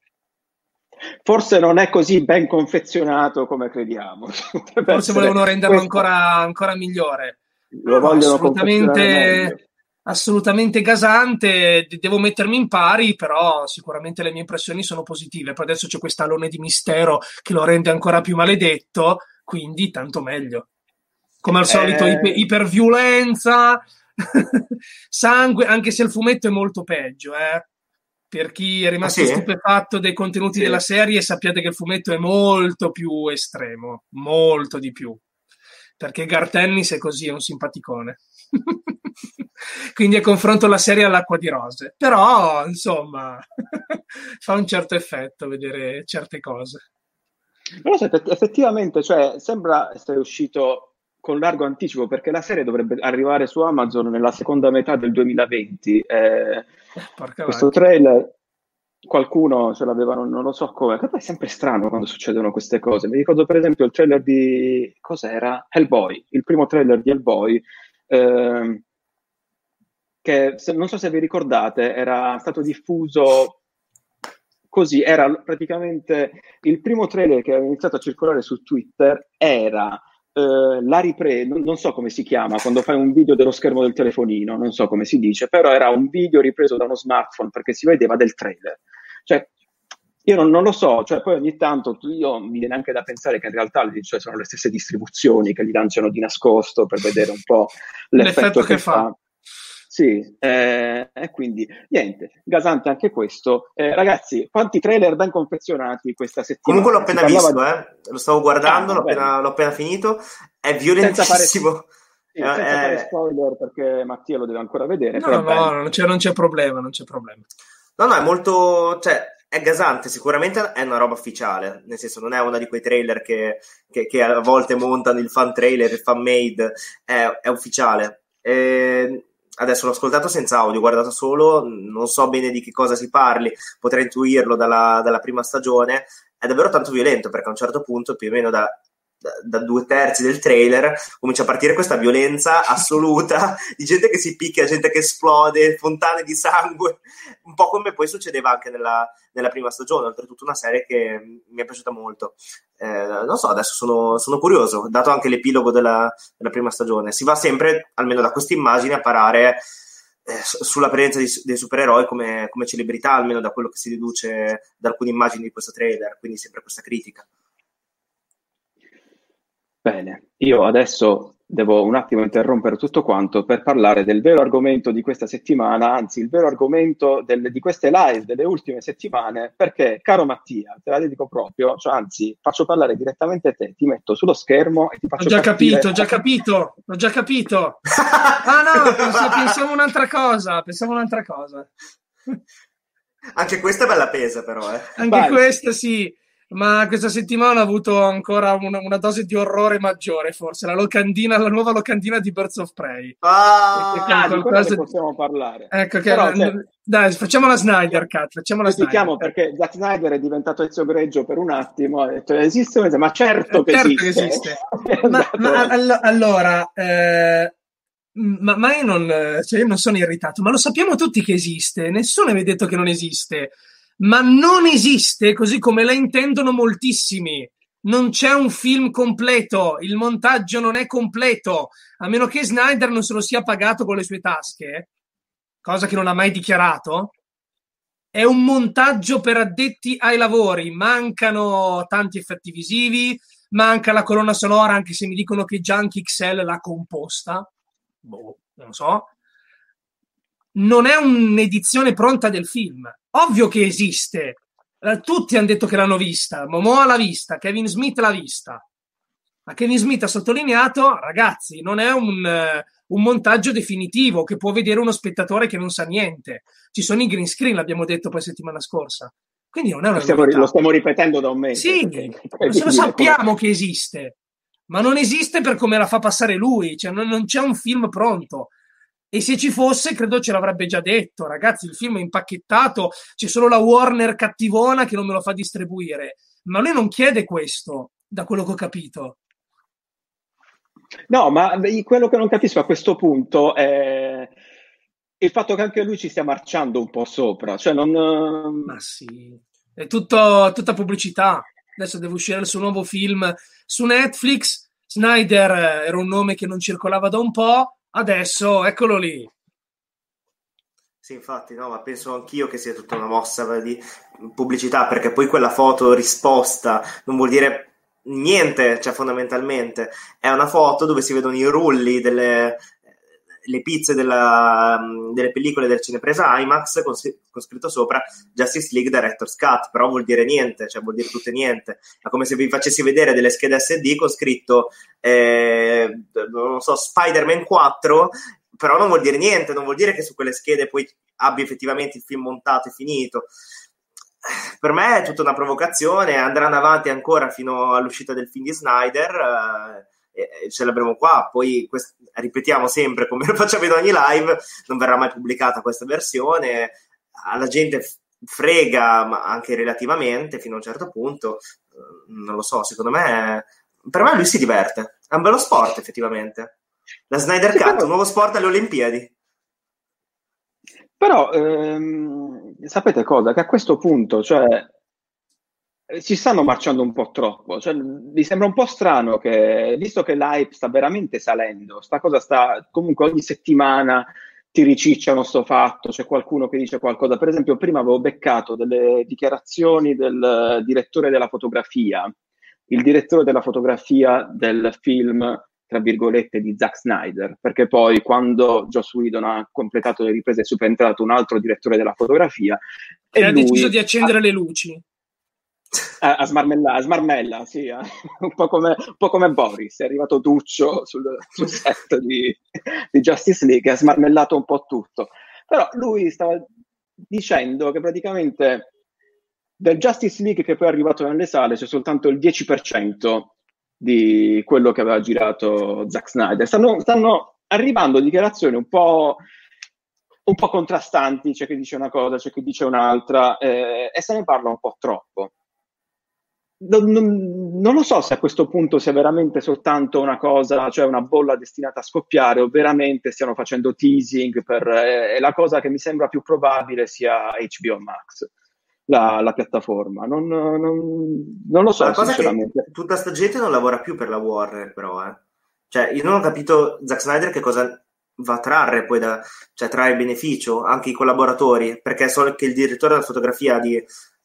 Forse non è così ben confezionato come crediamo. Forse volevano renderlo ancora, ancora migliore. Lo No, vogliono confezionare meglio. assolutamente, assolutamente gasante. De- Devo mettermi in pari, però sicuramente le mie impressioni sono positive. Poi adesso c'è questo alone di mistero che lo rende ancora più maledetto, quindi tanto meglio. Come al solito, Eh, iper- iperviolenza, sangue, anche se il fumetto è molto peggio, eh. Per chi è rimasto Ah, sì? stupefatto dei contenuti Sì. della serie, sappiate che il fumetto è molto più estremo, molto di più. Perché Garth Ennis è così, è un simpaticone. Quindi a confronto la serie all'acqua di rose. Però, insomma, fa un certo effetto vedere certe cose. non lo so, effett- effettivamente, cioè, sembra essere uscito con largo anticipo perché la serie dovrebbe arrivare su Amazon nella seconda metà del duemilaventi. Eh, Eh, porca questo vacca. trailer, qualcuno ce l'aveva, non, non lo so come, che poi è sempre strano quando succedono queste cose. Mi ricordo per esempio il trailer di, cos'era? Hellboy, il primo trailer di Hellboy, ehm, che se- non so se vi ricordate, era stato diffuso così, era praticamente il primo trailer che aveva iniziato a circolare su Twitter, era eh, la ripresa, non, non so come si chiama, quando fai un video dello schermo del telefonino, non so come si dice, però era un video ripreso da uno smartphone perché si vedeva del trailer. Cioè, io non, non lo so, cioè poi ogni tanto tu- io mi viene anche da pensare che in realtà cioè, sono le stesse distribuzioni che li lanciano di nascosto per vedere un po' l'effetto, L'effetto che, che fa. fa. Sì, eh, e quindi niente, gasante anche questo. Eh, ragazzi, quanti trailer ben confezionati questa settimana? Comunque l'ho Si appena parlava visto, di- eh. Lo stavo guardando, Ah, l'ho bene. appena, l'ho appena finito. È Senza fare, violentissimo. sì, Eh, senza fare eh, spoiler perché Mattia lo deve ancora vedere, però No, è bello. no, non c'è, non c'è problema, non c'è problema. No, no, è molto, cioè, è gasante, sicuramente è una roba ufficiale, nel senso non è una di quei trailer che, che, che a volte montano il fan trailer, il fan made, è, è ufficiale. E adesso l'ho ascoltato senza audio, ho guardato solo, non so bene di che cosa si parli, potrei intuirlo dalla, dalla prima stagione, è davvero tanto violento perché a un certo punto, più o meno da... Da, da due terzi del trailer comincia a partire questa violenza assoluta di gente che si picchia, gente che esplode, fontane di sangue, un po' come poi succedeva anche nella, nella prima stagione, oltretutto una serie che mi è piaciuta molto. Eh, non so, adesso sono, sono curioso, dato anche l'epilogo della, della prima stagione. Si va sempre, almeno da questa immagine, a parare eh, sulla presenza di, dei supereroi come, come celebrità, almeno da quello che si deduce da alcune immagini di questo trailer, quindi sempre questa critica. Bene, io adesso devo un attimo interrompere tutto quanto per parlare del vero argomento di questa settimana, anzi il vero argomento del, di queste live delle ultime settimane, perché, caro Mattia, te la dedico proprio, cioè, anzi faccio parlare direttamente te, ti metto sullo schermo e ti faccio Ho già partire... capito, ho già capito, ho già capito. Ah no, pensiamo, pensiamo un'altra cosa, pensiamo un'altra cosa. Anche questa è bella pesa, però, eh. Anche Vai. questa sì, ma questa settimana ho avuto ancora una, una dose di orrore maggiore, forse, la locandina, la nuova locandina di Birds of Prey. Ah, E con Ah, di quello qualcosa ne di- possiamo parlare. Ecco che Però, cioè, dai, facciamo la Snyder Cut, facciamo la Snyder Spieghiamo Cut. perché Zack Snyder è diventato Ezio Greggio per un attimo, ha detto esiste, ma certo che Certo esiste. che esiste. È Ma, andato- ma allo- allora, eh, ma, ma io non, cioè io non sono irritato, ma lo sappiamo tutti che esiste, nessuno mi ha detto che non esiste, ma non esiste così come la intendono moltissimi. Non c'è un film completo, il montaggio non è completo, a meno che Snyder non se lo sia pagato con le sue tasche, cosa che non ha mai dichiarato. È un montaggio per addetti ai lavori, mancano tanti effetti visivi, manca la colonna sonora, anche se mi dicono che Junkie X L l'ha composta. Boh, non lo so. Non è un'edizione pronta del film. Ovvio che esiste. Eh, Tutti hanno detto che l'hanno vista. Momoa l'ha vista, Kevin Smith l'ha vista. Ma Kevin Smith ha sottolineato, ragazzi, non è un, eh, un montaggio definitivo che può vedere uno spettatore che non sa niente. Ci sono i green screen, l'abbiamo detto poi settimana scorsa. Quindi non è una lo, stiamo, novità. lo stiamo ripetendo da un mese. Sì, perché- lo sappiamo che esiste, ma non esiste per come la fa passare lui, cioè non, non c'è un film pronto. E se ci fosse, credo ce l'avrebbe già detto, ragazzi, il film è impacchettato, c'è solo la Warner cattivona che non me lo fa distribuire. Ma lui non chiede questo, da quello che ho capito. No, ma quello che non capisco a questo punto è il fatto che anche lui ci stia marciando un po' sopra. Cioè non... Ma sì, è tutto, tutta pubblicità. Adesso deve uscire il suo nuovo film su Netflix. Snyder eh, era un nome che non circolava da un po', adesso eccolo lì. sì, infatti, no, ma penso anch'io che sia tutta una mossa di pubblicità, perché poi quella foto risposta non vuol dire niente, cioè fondamentalmente è una foto dove si vedono i rulli delle le pizze della, delle pellicole del cinepresa IMAX con, con scritto sopra Justice League Director's Cut, però vuol dire niente, cioè vuol dire tutto e niente. È come se vi facessi vedere delle schede S D con scritto eh, non so, Spider-Man quattro, però non vuol dire niente, non vuol dire che su quelle schede poi abbia effettivamente il film montato e finito. Per me è tutta una provocazione, andranno avanti ancora fino all'uscita del film di Snyder, eh, e ce l'avremo qua. Poi quest- ripetiamo sempre, come lo facciamo in ogni live, non verrà mai pubblicata questa versione, alla gente f- frega, ma anche relativamente fino a un certo punto, eh, non lo so, secondo me per me lui si diverte, è un bello sport effettivamente, la Snyder Cut, un nuovo sport alle Olimpiadi. Però ehm, sapete cosa? Che a questo punto, cioè, si stanno marciando un po' troppo. Cioè, mi sembra un po' strano che, visto che l'hype sta veramente salendo, sta cosa sta comunque ogni settimana ti ricicciano sto fatto, c'è qualcuno che dice qualcosa. Per esempio, prima avevo beccato delle dichiarazioni del direttore della fotografia, il direttore della fotografia del film, tra virgolette, di Zack Snyder, perché poi quando Joss Whedon ha completato le riprese è subentrato un altro direttore della fotografia Che e ha lui deciso di accendere le luci. a, a smarmella, a smarmella, sì, eh. un, po come, un po' come Boris, è arrivato Duccio sul, sul set di, di Justice League, ha smarmellato un po' tutto. Però lui stava dicendo che praticamente del Justice League che poi è arrivato nelle sale c'è soltanto il dieci per cento di quello che aveva girato Zack Snyder. Stanno, stanno arrivando dichiarazioni un po', un po' contrastanti, c'è chi dice una cosa, c'è chi dice un'altra, eh, e se ne parla un po' troppo. Non, non, non lo so se a questo punto sia veramente soltanto una cosa, cioè una bolla destinata a scoppiare, o veramente stiano facendo teasing per, eh, e la cosa che mi sembra più probabile sia H B O Max, la, la piattaforma. Non, non, non lo so, la cosa sinceramente. È che tutta sta gente non lavora più per la Warner, però, eh. Cioè, io non ho capito Zack Snyder che cosa va a trarre poi da, cioè trarre beneficio, anche i collaboratori, perché so che il direttore della fotografia di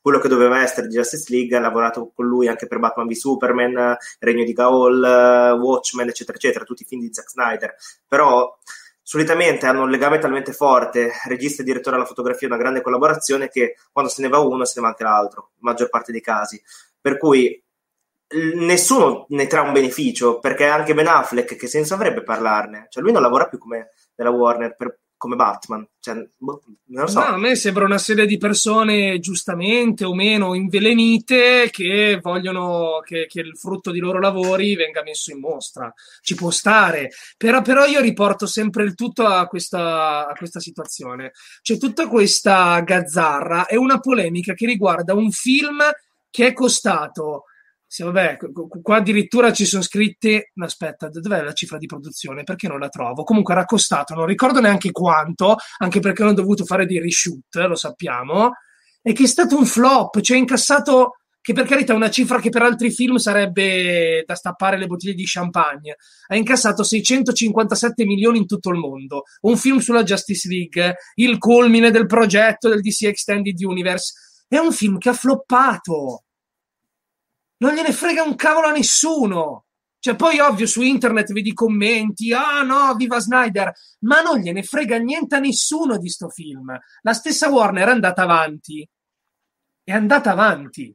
quello che doveva essere di Justice League, ha lavorato con lui anche per Batman v Superman, Regno di Gaol, Watchmen, eccetera, eccetera, tutti i film di Zack Snyder. Però solitamente hanno un legame talmente forte, regista e direttore alla fotografia, una grande collaborazione, che quando se ne va uno se ne va anche l'altro, maggior parte dei casi. Per cui nessuno ne trae un beneficio, perché anche Ben Affleck che senso avrebbe parlarne? Cioè lui non lavora più come nella Warner per, come Batman, cioè, boh, non lo so. No, a me sembra una serie di persone giustamente o meno invelenite che vogliono che, che il frutto di loro lavori venga messo in mostra. Ci può stare, però, però io riporto sempre il tutto a questa, a questa situazione. C'è tutta questa gazzarra, è una polemica che riguarda un film che è costato. Sì, vabbè, qua addirittura ci sono scritte, no, aspetta, dov'è la cifra di produzione? Perché non la trovo? Comunque era costato, non ricordo neanche quanto, anche perché hanno dovuto fare dei reshoot, lo sappiamo, e che è stato un flop, cioè incassato, che per carità è una cifra che per altri film sarebbe da stappare le bottiglie di champagne, ha incassato seicentocinquantasette milioni in tutto il mondo, un film sulla Justice League, il culmine del progetto del D C Extended Universe, è un film che ha floppato. Non gliene frega un cavolo a nessuno. Cioè, poi ovvio su internet vedi commenti, ah no, viva Snyder, ma non gliene frega niente a nessuno di sto film. La stessa Warner è andata avanti. È andata avanti.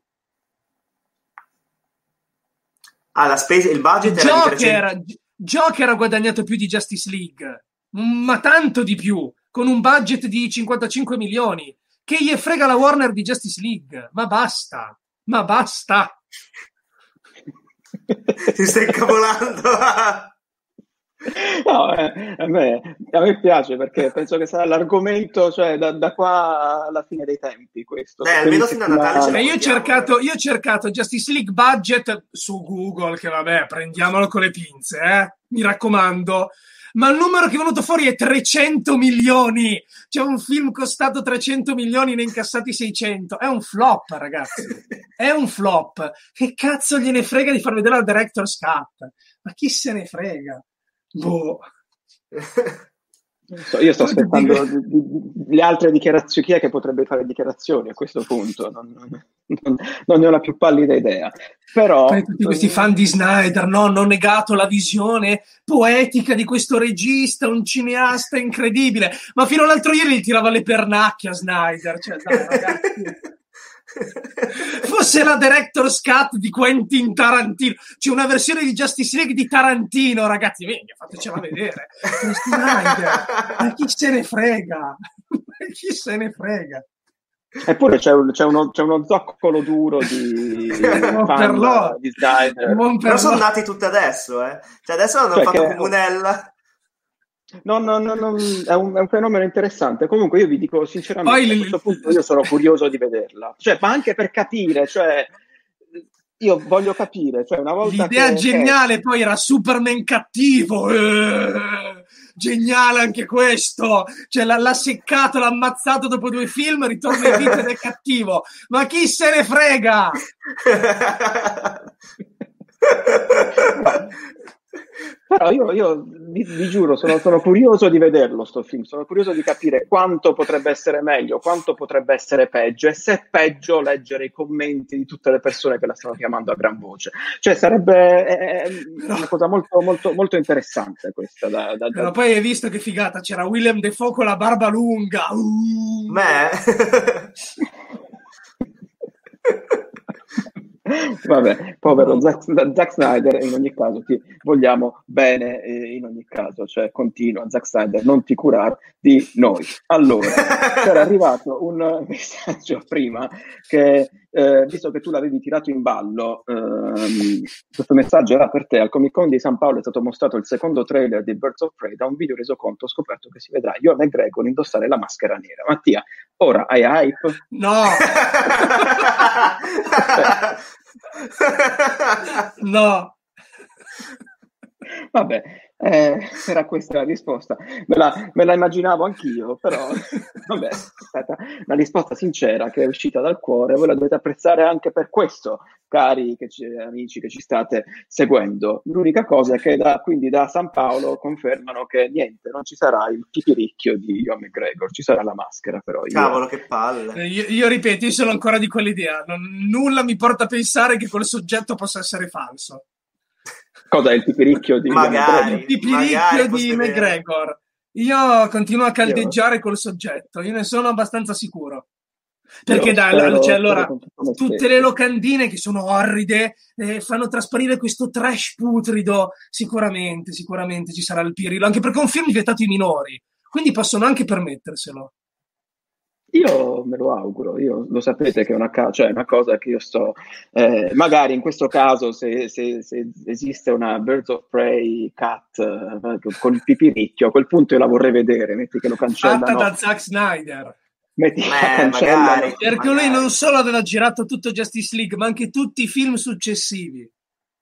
Ah, la spesa, il budget era Joker, di trecento... Joker ha guadagnato più di Justice League, ma tanto di più, con un budget di cinquantacinque milioni. Che gli frega la Warner di Justice League? Ma basta, ma basta. Ti stai incavolando. No, eh, a, me, a me piace, perché penso che sarà l'argomento, cioè da, da qua alla fine dei tempi questo. Eh, almeno fino a Natale ce la... io, ho cercato, io ho cercato Justice League budget su Google, che vabbè, prendiamolo con le pinze, eh? Mi raccomando. Ma il numero che è venuto fuori è trecento milioni. C'è un film costato trecento milioni, ne incassati seicento. È un flop, ragazzi. È un flop. Che cazzo gliene frega di far vedere la Director's Cut? Ma chi se ne frega? Boh. Io sto aspettando le altre dichiarazioni. Chi è che potrebbe fare dichiarazioni a questo punto? Non, non, non ne ho la più pallida idea. Però poi tutti questi fan di Snyder, no, hanno negato la visione poetica di questo regista, un cineasta incredibile. Ma fino all'altro ieri gli tirava le pernacchie a Snyder. Cioè, dai, ragazzi. Fosse la Director's Cut di Quentin Tarantino, c'è una versione di Justice League di Tarantino, ragazzi, venga, fatecela vedere. Ma chi se ne frega? Chi se ne frega? Eppure c'è, un, c'è, uno, c'è uno zoccolo duro di, fan per lo, di Snyder. Però sono nati tutti adesso, eh. Cioè adesso hanno cioè fatto che... comunella. No, no, no, no, è un, è un fenomeno interessante. Comunque io vi dico sinceramente, poi a questo punto io sono curioso di vederla. Cioè, ma anche per capire, cioè io voglio capire, cioè una volta l'idea che, geniale che... poi era Superman cattivo. Eh, geniale anche questo. Cioè l'ha, l'ha seccato, l'ha ammazzato dopo due film, ritorna in vita ed è cattivo. Ma chi se ne frega? No. Però io, io vi, vi giuro, sono, sono curioso di vederlo sto film, sono curioso di capire quanto potrebbe essere meglio, quanto potrebbe essere peggio, e se è peggio leggere i commenti di tutte le persone che la stanno chiamando a gran voce. Cioè sarebbe è, è una cosa molto, molto, molto interessante questa. Da, da, Però da... poi hai visto che figata, c'era Willem Dafoe con la barba lunga. Uh. Beh... Vabbè, povero Zack, Zack Snyder, in ogni caso ti vogliamo bene, eh, in ogni caso, cioè continua Zack Snyder, non ti curare di noi. Allora, c'era arrivato un messaggio prima che, eh, visto che tu l'avevi tirato in ballo, ehm, questo messaggio era per te. Al Comic Con di San Paolo è stato mostrato il secondo trailer di Birds of Prey. Da un video resoconto ho scoperto che si vedrà Ewan McGregor indossare la maschera nera. Mattia, ora hai hype? No! No! Vabbè, Eh, era questa la risposta. Me la, me la immaginavo anch'io, però vabbè, è stata una risposta sincera che è uscita dal cuore. Voi la dovete apprezzare anche per questo, cari che ci, amici che ci state seguendo. L'unica cosa è che da, quindi da San Paolo confermano che niente, non ci sarà il pipiricchio di Ewan McGregor, ci sarà la maschera però. Io... Cavolo, che palle. Io, io ripeto, io sono ancora di quell'idea. Non, nulla mi porta a pensare che quel soggetto possa essere falso. Cosa è il pipiricchio di magari, il pipiricchio di McGregor? Io continuo a caldeggiare io. col soggetto, io ne sono abbastanza sicuro. Perché da, spero, cioè, allora, tutte le locandine che sono orride eh, fanno trasparire questo trash putrido. Sicuramente, sicuramente ci sarà il Pirillo, anche perché è un film vietato ai minori, quindi possono anche permetterselo. Io me lo auguro, io lo sapete che è una, ca- cioè una cosa che io sto, eh, magari in questo caso se, se, se esiste una Birds of Prey cut eh, con il pipiricchio, a quel punto io la vorrei vedere, metti che lo cancellano. Fatta da Zack Snyder. Metti Beh, magari, perché magari. lui non solo aveva girato tutto Justice League, ma anche tutti i film successivi.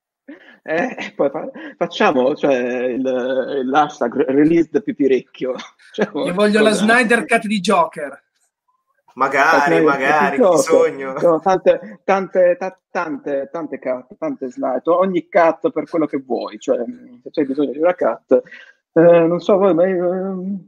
Eh, poi fa- facciamo cioè, il, l'hashtag release the pipiricchio. Cioè, io voglio la Snyder cut di Joker. Magari, magari, che sogno. Sono tante, tante, ta- tante, tante cut, tante slide, ogni cut per quello che vuoi, cioè se c'è bisogno di una cut, eh, non so voi, ma io,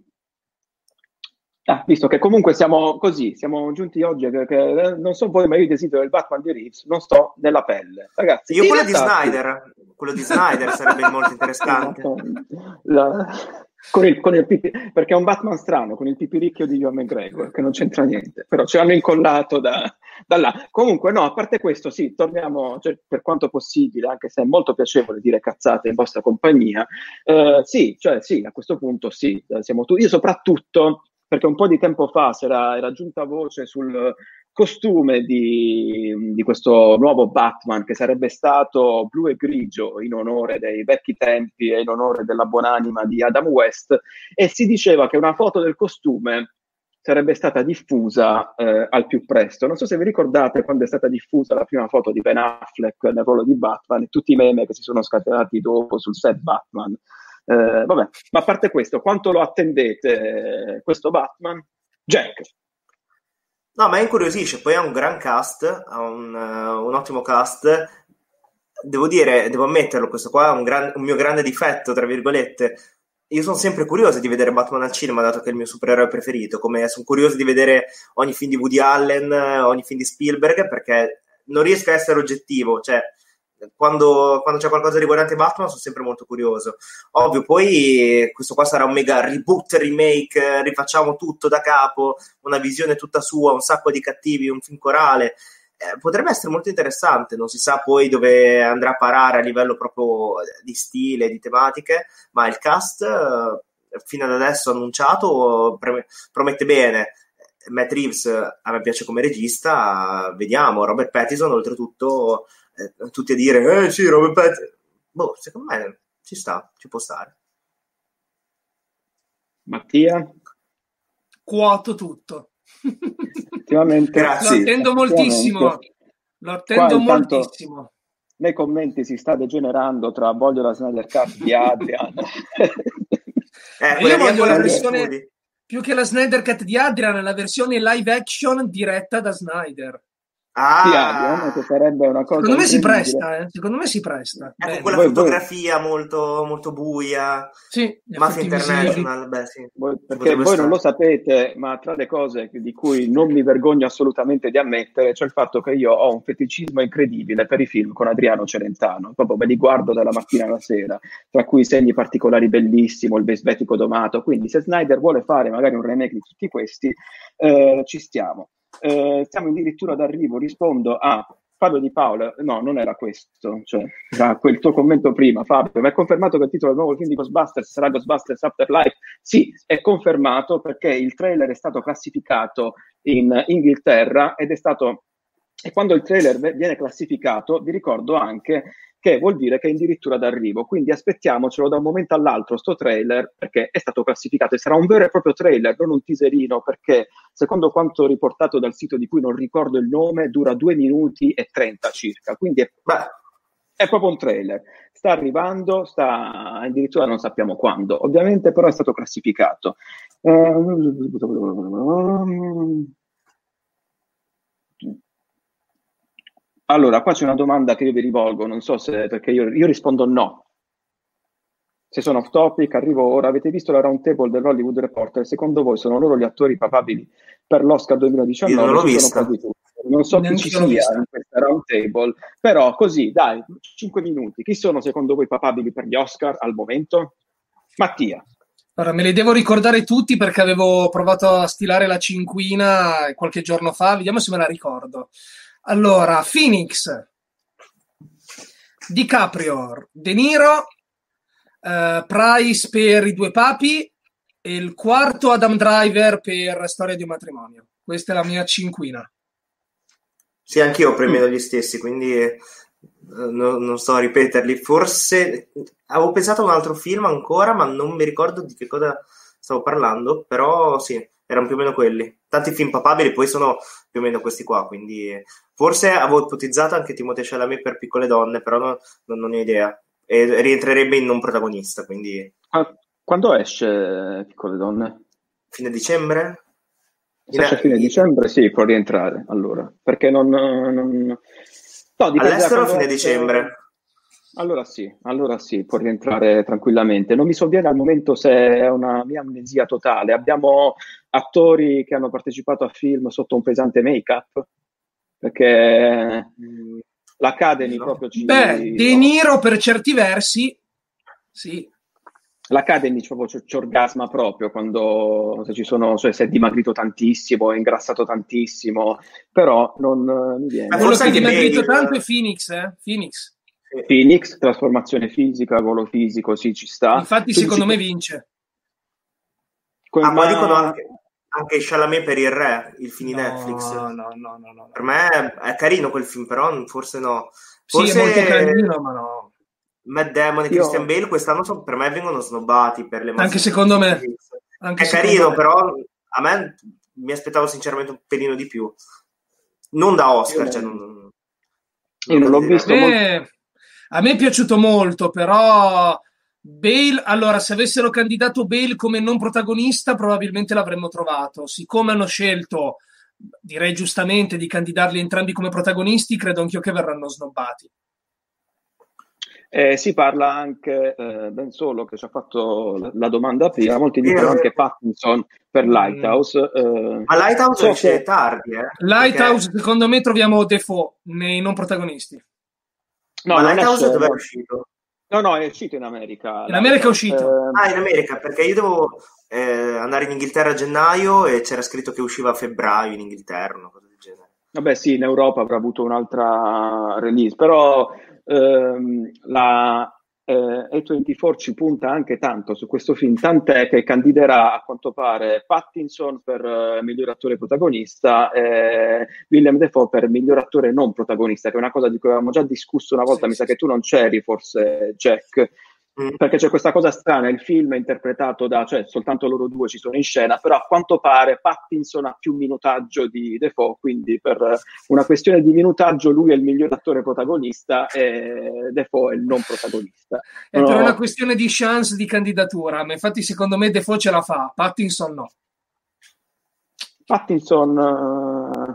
ah, visto che comunque siamo così, siamo giunti oggi, che, che, non so voi, ma io desidero il Batman di Reeves, non sto nella pelle, ragazzi. Io quello di Snyder, quello di Snyder sarebbe molto interessante. La... Con il, con il pipi, perché è un Batman strano, con il pipiricchio di Ewan McGregor, che non c'entra niente, però ce l'hanno incollato da, da là. Comunque no, a parte questo, sì, torniamo, cioè, per quanto possibile, anche se è molto piacevole dire cazzate in vostra compagnia, eh, sì, cioè sì, a questo punto sì, siamo tu. Io soprattutto, perché un po' di tempo fa si era, era giunta voce sul costume di, di questo nuovo Batman che sarebbe stato blu e grigio in onore dei vecchi tempi e in onore della buonanima di Adam West, e si diceva che una foto del costume sarebbe stata diffusa eh, al più presto. Non so se vi ricordate quando è stata diffusa la prima foto di Ben Affleck nel ruolo di Batman e tutti i meme che si sono scatenati dopo sul set Batman. Eh, vabbè, ma a parte questo, quanto lo attendete eh, questo Batman? Jack? No, ma incuriosisce, poi ha un gran cast, ha un, uh, un ottimo cast. Devo dire, devo ammetterlo, questo qua è un, gran, un mio grande difetto, tra virgolette. Io sono sempre curioso di vedere Batman al cinema, dato che è il mio supereroe preferito, come sono curioso di vedere ogni film di Woody Allen, ogni film di Spielberg, perché non riesco a essere oggettivo, cioè quando, quando c'è qualcosa riguardante Batman sono sempre molto curioso. Ovvio, poi questo qua sarà un mega reboot, remake, rifacciamo tutto da capo, una visione tutta sua, un sacco di cattivi, un film corale. Eh, potrebbe essere molto interessante, non si sa poi dove andrà a parare a livello proprio di stile, di tematiche, ma il cast eh, fino ad adesso annunciato pre- promette bene. Matt Reeves a me piace come regista, vediamo. Robert Pattinson oltretutto eh, tutti a dire eh sì Robert Pattinson, boh, secondo me ci sta, ci può stare. Mattia? Quoto tutto. Effettivamente, lo attendo sì, moltissimo, lo attendo qua, intanto, moltissimo. Nei commenti si sta degenerando tra voglio la Snyder Cut di Adrian. eh, io voglio la versione più che la Snyder Cut di Adrian, la versione live action diretta da Snyder. Ah, di Adrian, che sarebbe una cosa secondo me si presta, eh? secondo me si presta. Ecco, quella voi, fotografia voi... molto, molto buia, sì, Mafia International, beh, sì. Voi, perché voi stare. Non lo sapete, ma tra le cose di cui non mi vergogno assolutamente di ammettere c'è il fatto che io ho un feticismo incredibile per i film con Adriano Celentano, proprio me li guardo dalla mattina alla sera, tra cui Segni particolari bellissimo, Il Besbetico domato, quindi se Snyder vuole fare magari un remake di tutti questi, eh, ci stiamo. Eh, siamo addirittura d'arrivo, rispondo a Fabio Di Paola, no, non era questo, cioè era quel tuo commento prima, Fabio, ma è confermato che il titolo del nuovo film di Ghostbusters sarà Ghostbusters Afterlife? Sì, è confermato perché il trailer è stato classificato in Inghilterra ed è stato, e quando il trailer viene classificato vi ricordo anche che vuol dire che è addirittura d'arrivo, quindi aspettiamocelo da un momento all'altro sto trailer, perché è stato classificato e sarà un vero e proprio trailer, non un teaserino, perché secondo quanto riportato dal sito di cui non ricordo il nome dura due minuti e trenta circa, quindi è, È proprio un trailer. Sta arrivando, sta addirittura non sappiamo quando. Ovviamente però è stato classificato. Allora, qua c'è una domanda che io vi rivolgo, non so se, perché io, io rispondo no. Se sono off topic, arrivo ora. Avete visto la round table dell'Hollywood Reporter? Secondo voi sono loro gli attori papabili per l'Oscar duemiladiciannove? Io non l'ho Ci vista. sono quasi tutti. Non so chi ci sia in questa round table, però così, dai, cinque minuti. Chi sono secondo voi papabili per gli Oscar al momento? Mattia. Allora, me li devo ricordare tutti perché avevo provato a stilare la cinquina qualche giorno fa, vediamo se me la ricordo. Allora, Phoenix, DiCaprio, De Niro, eh, Price per I Due Papi e il quarto Adam Driver per Storia di un matrimonio. Questa è la mia cinquina. Sì, anch'io ho premiato gli stessi, quindi eh, no, non sto a ripeterli. Forse avevo pensato a un altro film ancora, ma non mi ricordo di che cosa stavo parlando, però sì, erano più o meno quelli. Tanti film papabili poi sono più o meno questi qua, quindi forse avevo ipotizzato anche Timothée Chalamet per Piccole donne, però no, non, non ho idea. E rientrerebbe in non protagonista, quindi... Quando esce Piccole donne? Fine dicembre? Se esce a fine dicembre sì, può rientrare, allora. Perché non... non... No, all'estero a fine dicembre. Allora sì, allora sì, può rientrare tranquillamente. Non mi sovviene al momento se è una mia amnesia totale. Abbiamo attori che hanno partecipato a film sotto un pesante make-up, perché l'Academy no. proprio ci... Beh, De Niro per certi versi, sì. L'Academy proprio ci, ci orgasma proprio quando se ci sono, cioè se è dimagrito tantissimo, è ingrassato tantissimo, però non eh, mi viene. Ma quello che è dimagrito tanto è Phoenix, eh? Phoenix. Phoenix, trasformazione fisica, volo fisico, sì, ci sta. Infatti, quindi secondo ci... me vince. Quella... Ah, poi dicono anche, anche Chalamet per Il Re, il film di no, Netflix. No, no, no, no. Per me è, è carino quel film, però forse no. Forse... Sì, è molto carino, ma no. Matt Damon e Io... Christian Bale quest'anno so, per me vengono snobbati per le anche secondo me anche è secondo carino me. Però a me mi aspettavo sinceramente un pelino di più, non da Oscar. Io, cioè, non, non, io non l'ho visto a me, molto... a me è piaciuto molto, però Bale, allora se avessero candidato Bale come non protagonista probabilmente l'avremmo trovato. Siccome hanno scelto, direi giustamente, di candidarli entrambi come protagonisti, credo anch'io che verranno snobbati. Eh, si parla anche, eh, Ben Solo che ci ha fatto la, la domanda prima, molti dicono anche Pattinson per Lighthouse. Eh, ma Lighthouse so esce che... tardi, eh? Lighthouse Perché... secondo me troviamo Defoe nei non protagonisti. No, ma Lighthouse dove è uscito? No, no, è uscito in America. In America è uscito. Eh... Ah, in America, perché io devo eh, andare in Inghilterra a gennaio e c'era scritto che usciva a febbraio in Inghilterra, una cosa del genere. Vabbè sì, in Europa avrà avuto un'altra release, però ehm, la eh, A ventiquattro ci punta anche tanto su questo film, tant'è che candiderà a quanto pare Pattinson per eh, miglior attore protagonista e Willem Dafoe per miglior attore non protagonista, che è una cosa di cui avevamo già discusso una volta, sì, mi sa che tu non c'eri forse, Jack, mm. perché c'è questa cosa strana, il film è interpretato da, cioè soltanto loro due ci sono in scena, però a quanto pare Pattinson ha più minutaggio di Dafoe, quindi per una questione di minutaggio lui è il miglior attore protagonista e Dafoe è il non protagonista. È no. per una questione di chance di candidatura, ma infatti secondo me Dafoe ce la fa, Pattinson no. Pattinson uh,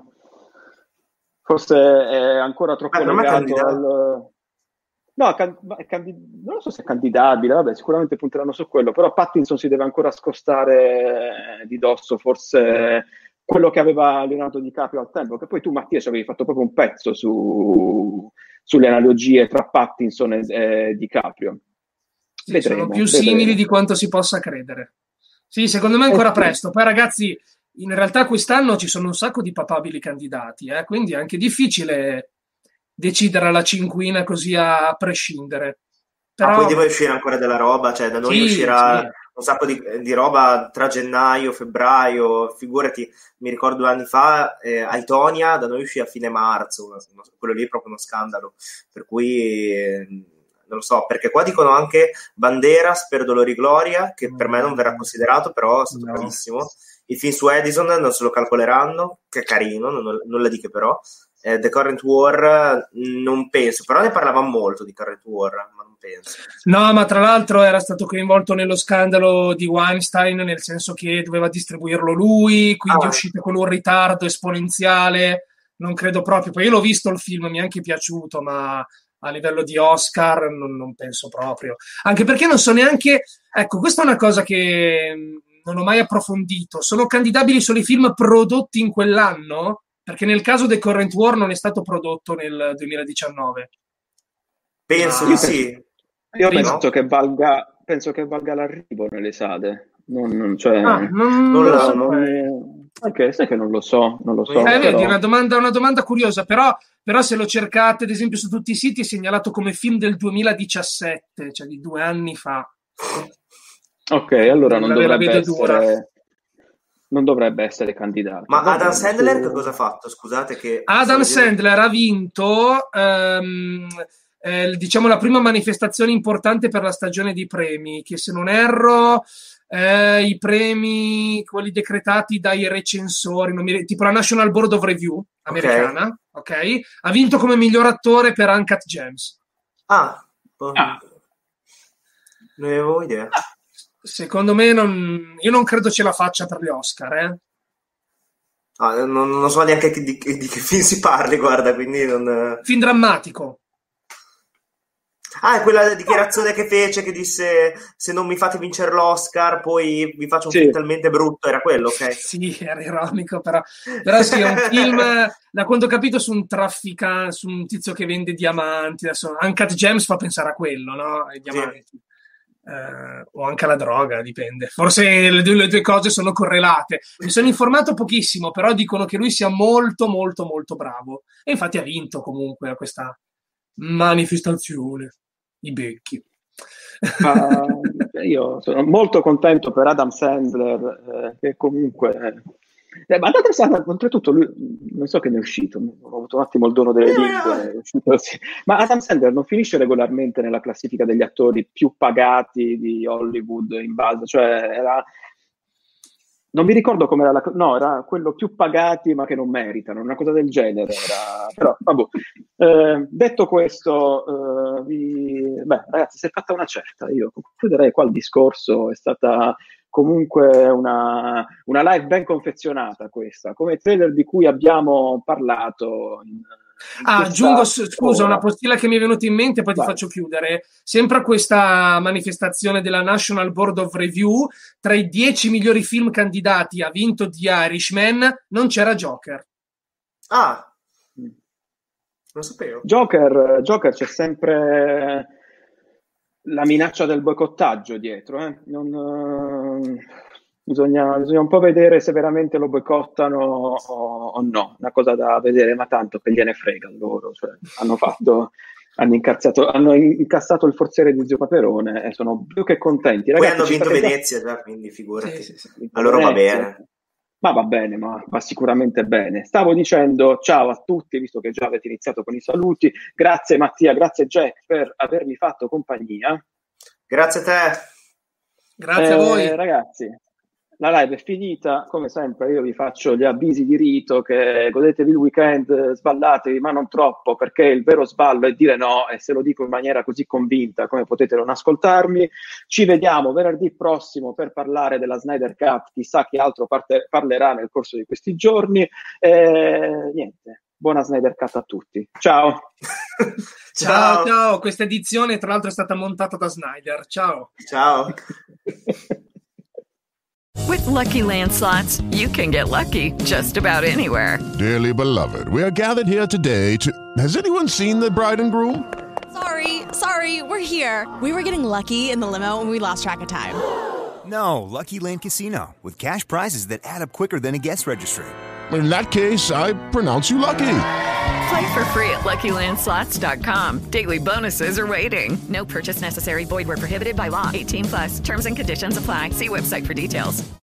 forse è ancora troppo ah, legato al... No, can- candid- non so se è candidabile, vabbè, sicuramente punteranno su quello, però Pattinson si deve ancora scostare di dosso forse quello che aveva Leonardo DiCaprio al tempo, che poi tu Mattia ci avevi fatto proprio un pezzo su, sulle analogie tra Pattinson e, e DiCaprio. Sì, vedremo, sono più vedremo. simili di quanto si possa credere. Sì, secondo me è ancora eh, presto. Poi ragazzi, in realtà quest'anno ci sono un sacco di papabili candidati, eh? Quindi è anche difficile decidere la cinquina così a prescindere. Però... Ah, poi deve uscire ancora della roba, cioè da noi sì, uscirà sì. un sacco di, di roba tra gennaio, febbraio, figurati, mi ricordo due anni fa eh, Aitonia da noi uscì a fine marzo, una, una, quello lì è proprio uno scandalo, per cui eh, non lo so, perché qua dicono anche Banderas per Dolori Gloria, che per me non verrà considerato, però è stato no. bravissimo. Il film su Edison non se lo calcoleranno, che è carino, non, nulla di che però. eh, The Current War non penso, però ne parlavamo molto di Current War, ma non penso. No, ma tra l'altro era stato coinvolto nello scandalo di Weinstein, nel senso che doveva distribuirlo lui, quindi Ah. è uscito con un ritardo esponenziale, non credo proprio. Poi io l'ho visto il film, mi è anche piaciuto, ma a livello di Oscar non, non penso proprio. Anche perché non so neanche... Ecco, questa è una cosa che mh, non ho mai approfondito. Sono candidabili solo i film prodotti in quell'anno? Perché nel caso The Current War non è stato prodotto nel duemiladiciannove. Penso Ah, di io sì. Io Prima. penso che valga, penso che valga l'arrivo nelle sale. Non, non- cioè, Ah, non, Non non la- lo so. non- anche sai che non lo so, non lo so. Eh, Eh, però- vedi, una domanda, una domanda curiosa, però, però se lo cercate, ad esempio, su tutti i siti è segnalato come film del duemiladiciassette, cioè di due anni fa. Ok, allora non La- la dovrebbe vedo dura. essere, non dovrebbe essere candidato. Ma Va Adam bene, Sandler su- che cosa ha fatto? Scusate che... Adam sto vedendo- Sandler ha vinto, ehm, eh, diciamo, la prima manifestazione importante per la stagione di premi, che se non erro, eh, i premi, quelli decretati dai recensori, non mi- tipo la National Board of Review americana, ok? Ha vinto come miglior attore per Uncut Gems. Ah, boh. Ah. Non avevo idea. Secondo me non, io non credo ce la faccia per gli Oscar, eh? Ah, non, non so neanche di, di, di che film si parli, guarda, quindi non... Film drammatico. Ah, è quella dichiarazione che fece, che disse se non mi fate vincere l'Oscar poi vi faccio un Sì. film talmente brutto, era quello, ok? Sì, era ironico, però, però sì, è un film, da quanto ho capito, su un trafficante, su un tizio che vende diamanti. Adesso Uncut Gems fa pensare a quello, no? Ai diamanti. Eh, o anche alla droga, dipende. Forse le due, le due cose sono correlate. Mi sono informato pochissimo, però dicono che lui sia molto, molto, molto bravo. E infatti ha vinto comunque a questa manifestazione. I becchi. Ma io sono molto contento per Adam Sandler, eh, che comunque... Eh, ma Adam Sandler, oltretutto, lui, non so che ne è uscito, ho avuto un attimo il dono delle lingue, è uscito, sì. Ma Adam Sandler non finisce regolarmente nella classifica degli attori più pagati di Hollywood in base, cioè era... Non mi ricordo come era la... No, era quello più pagati ma che non meritano, una cosa del genere era... Però, vabbè. Eh, detto questo, eh, vi... beh, ragazzi, si è fatta una certa. Io concluderei qua il discorso. È stata comunque una, una live ben confezionata questa, come trailer di cui abbiamo parlato. In, in Ah, questa aggiungo, scusa, ora. una postilla che mi è venuta in mente, poi ti Vai. faccio chiudere. Sempre a questa manifestazione della National Board of Review, tra i dieci migliori film candidati ha vinto The Irishman, non c'era Joker. Ah, non sapevo. Joker, Joker c'è sempre la minaccia del boicottaggio dietro, eh? Non, eh, bisogna, bisogna un po' vedere se veramente lo boicottano o, o no, una cosa da vedere, ma tanto che gliene frega loro, cioè, hanno fatto, hanno incazzato, hanno incassato il forziere di Zio Paperone e sono più che contenti. Poi Ragazzi, hanno ci vinto state già- Venezia già, quindi figurati. Sì, sì, sì. Allora va Venezia. bene. Ma va bene, ma va sicuramente bene. Stavo dicendo ciao a tutti, visto che già avete iniziato con i saluti. Grazie Mattia, grazie Jack per avermi fatto compagnia. Grazie a te. Grazie a Eh, voi. Ragazzi, la live è finita. Come sempre io vi faccio gli avvisi di rito che godetevi il weekend, sballatevi, ma non troppo, perché il vero sballo è dire no, e se lo dico in maniera così convinta come potete non ascoltarmi. Ci vediamo venerdì prossimo per parlare della Snyder Cut, chissà chi altro parte- parlerà nel corso di questi giorni. E niente, buona Snyder Cut a tutti. Ciao. Ciao, ciao. Questa edizione, tra l'altro, è stata montata da Snyder. Ciao. Ciao. With Lucky Land Slots, you can get lucky just about anywhere. Dearly beloved, we are gathered here today to... Has anyone seen the bride and groom? Sorry, sorry, we're here. We were getting lucky in the limo and we lost track of time. No, Lucky Land Casino, with cash prizes that add up quicker than a guest registry. In that case, I pronounce you lucky. Play for free at Lucky Land Slots dot com. Daily bonuses are waiting. No purchase necessary. Void where prohibited by law. eighteen plus. Terms and conditions apply. See website for details.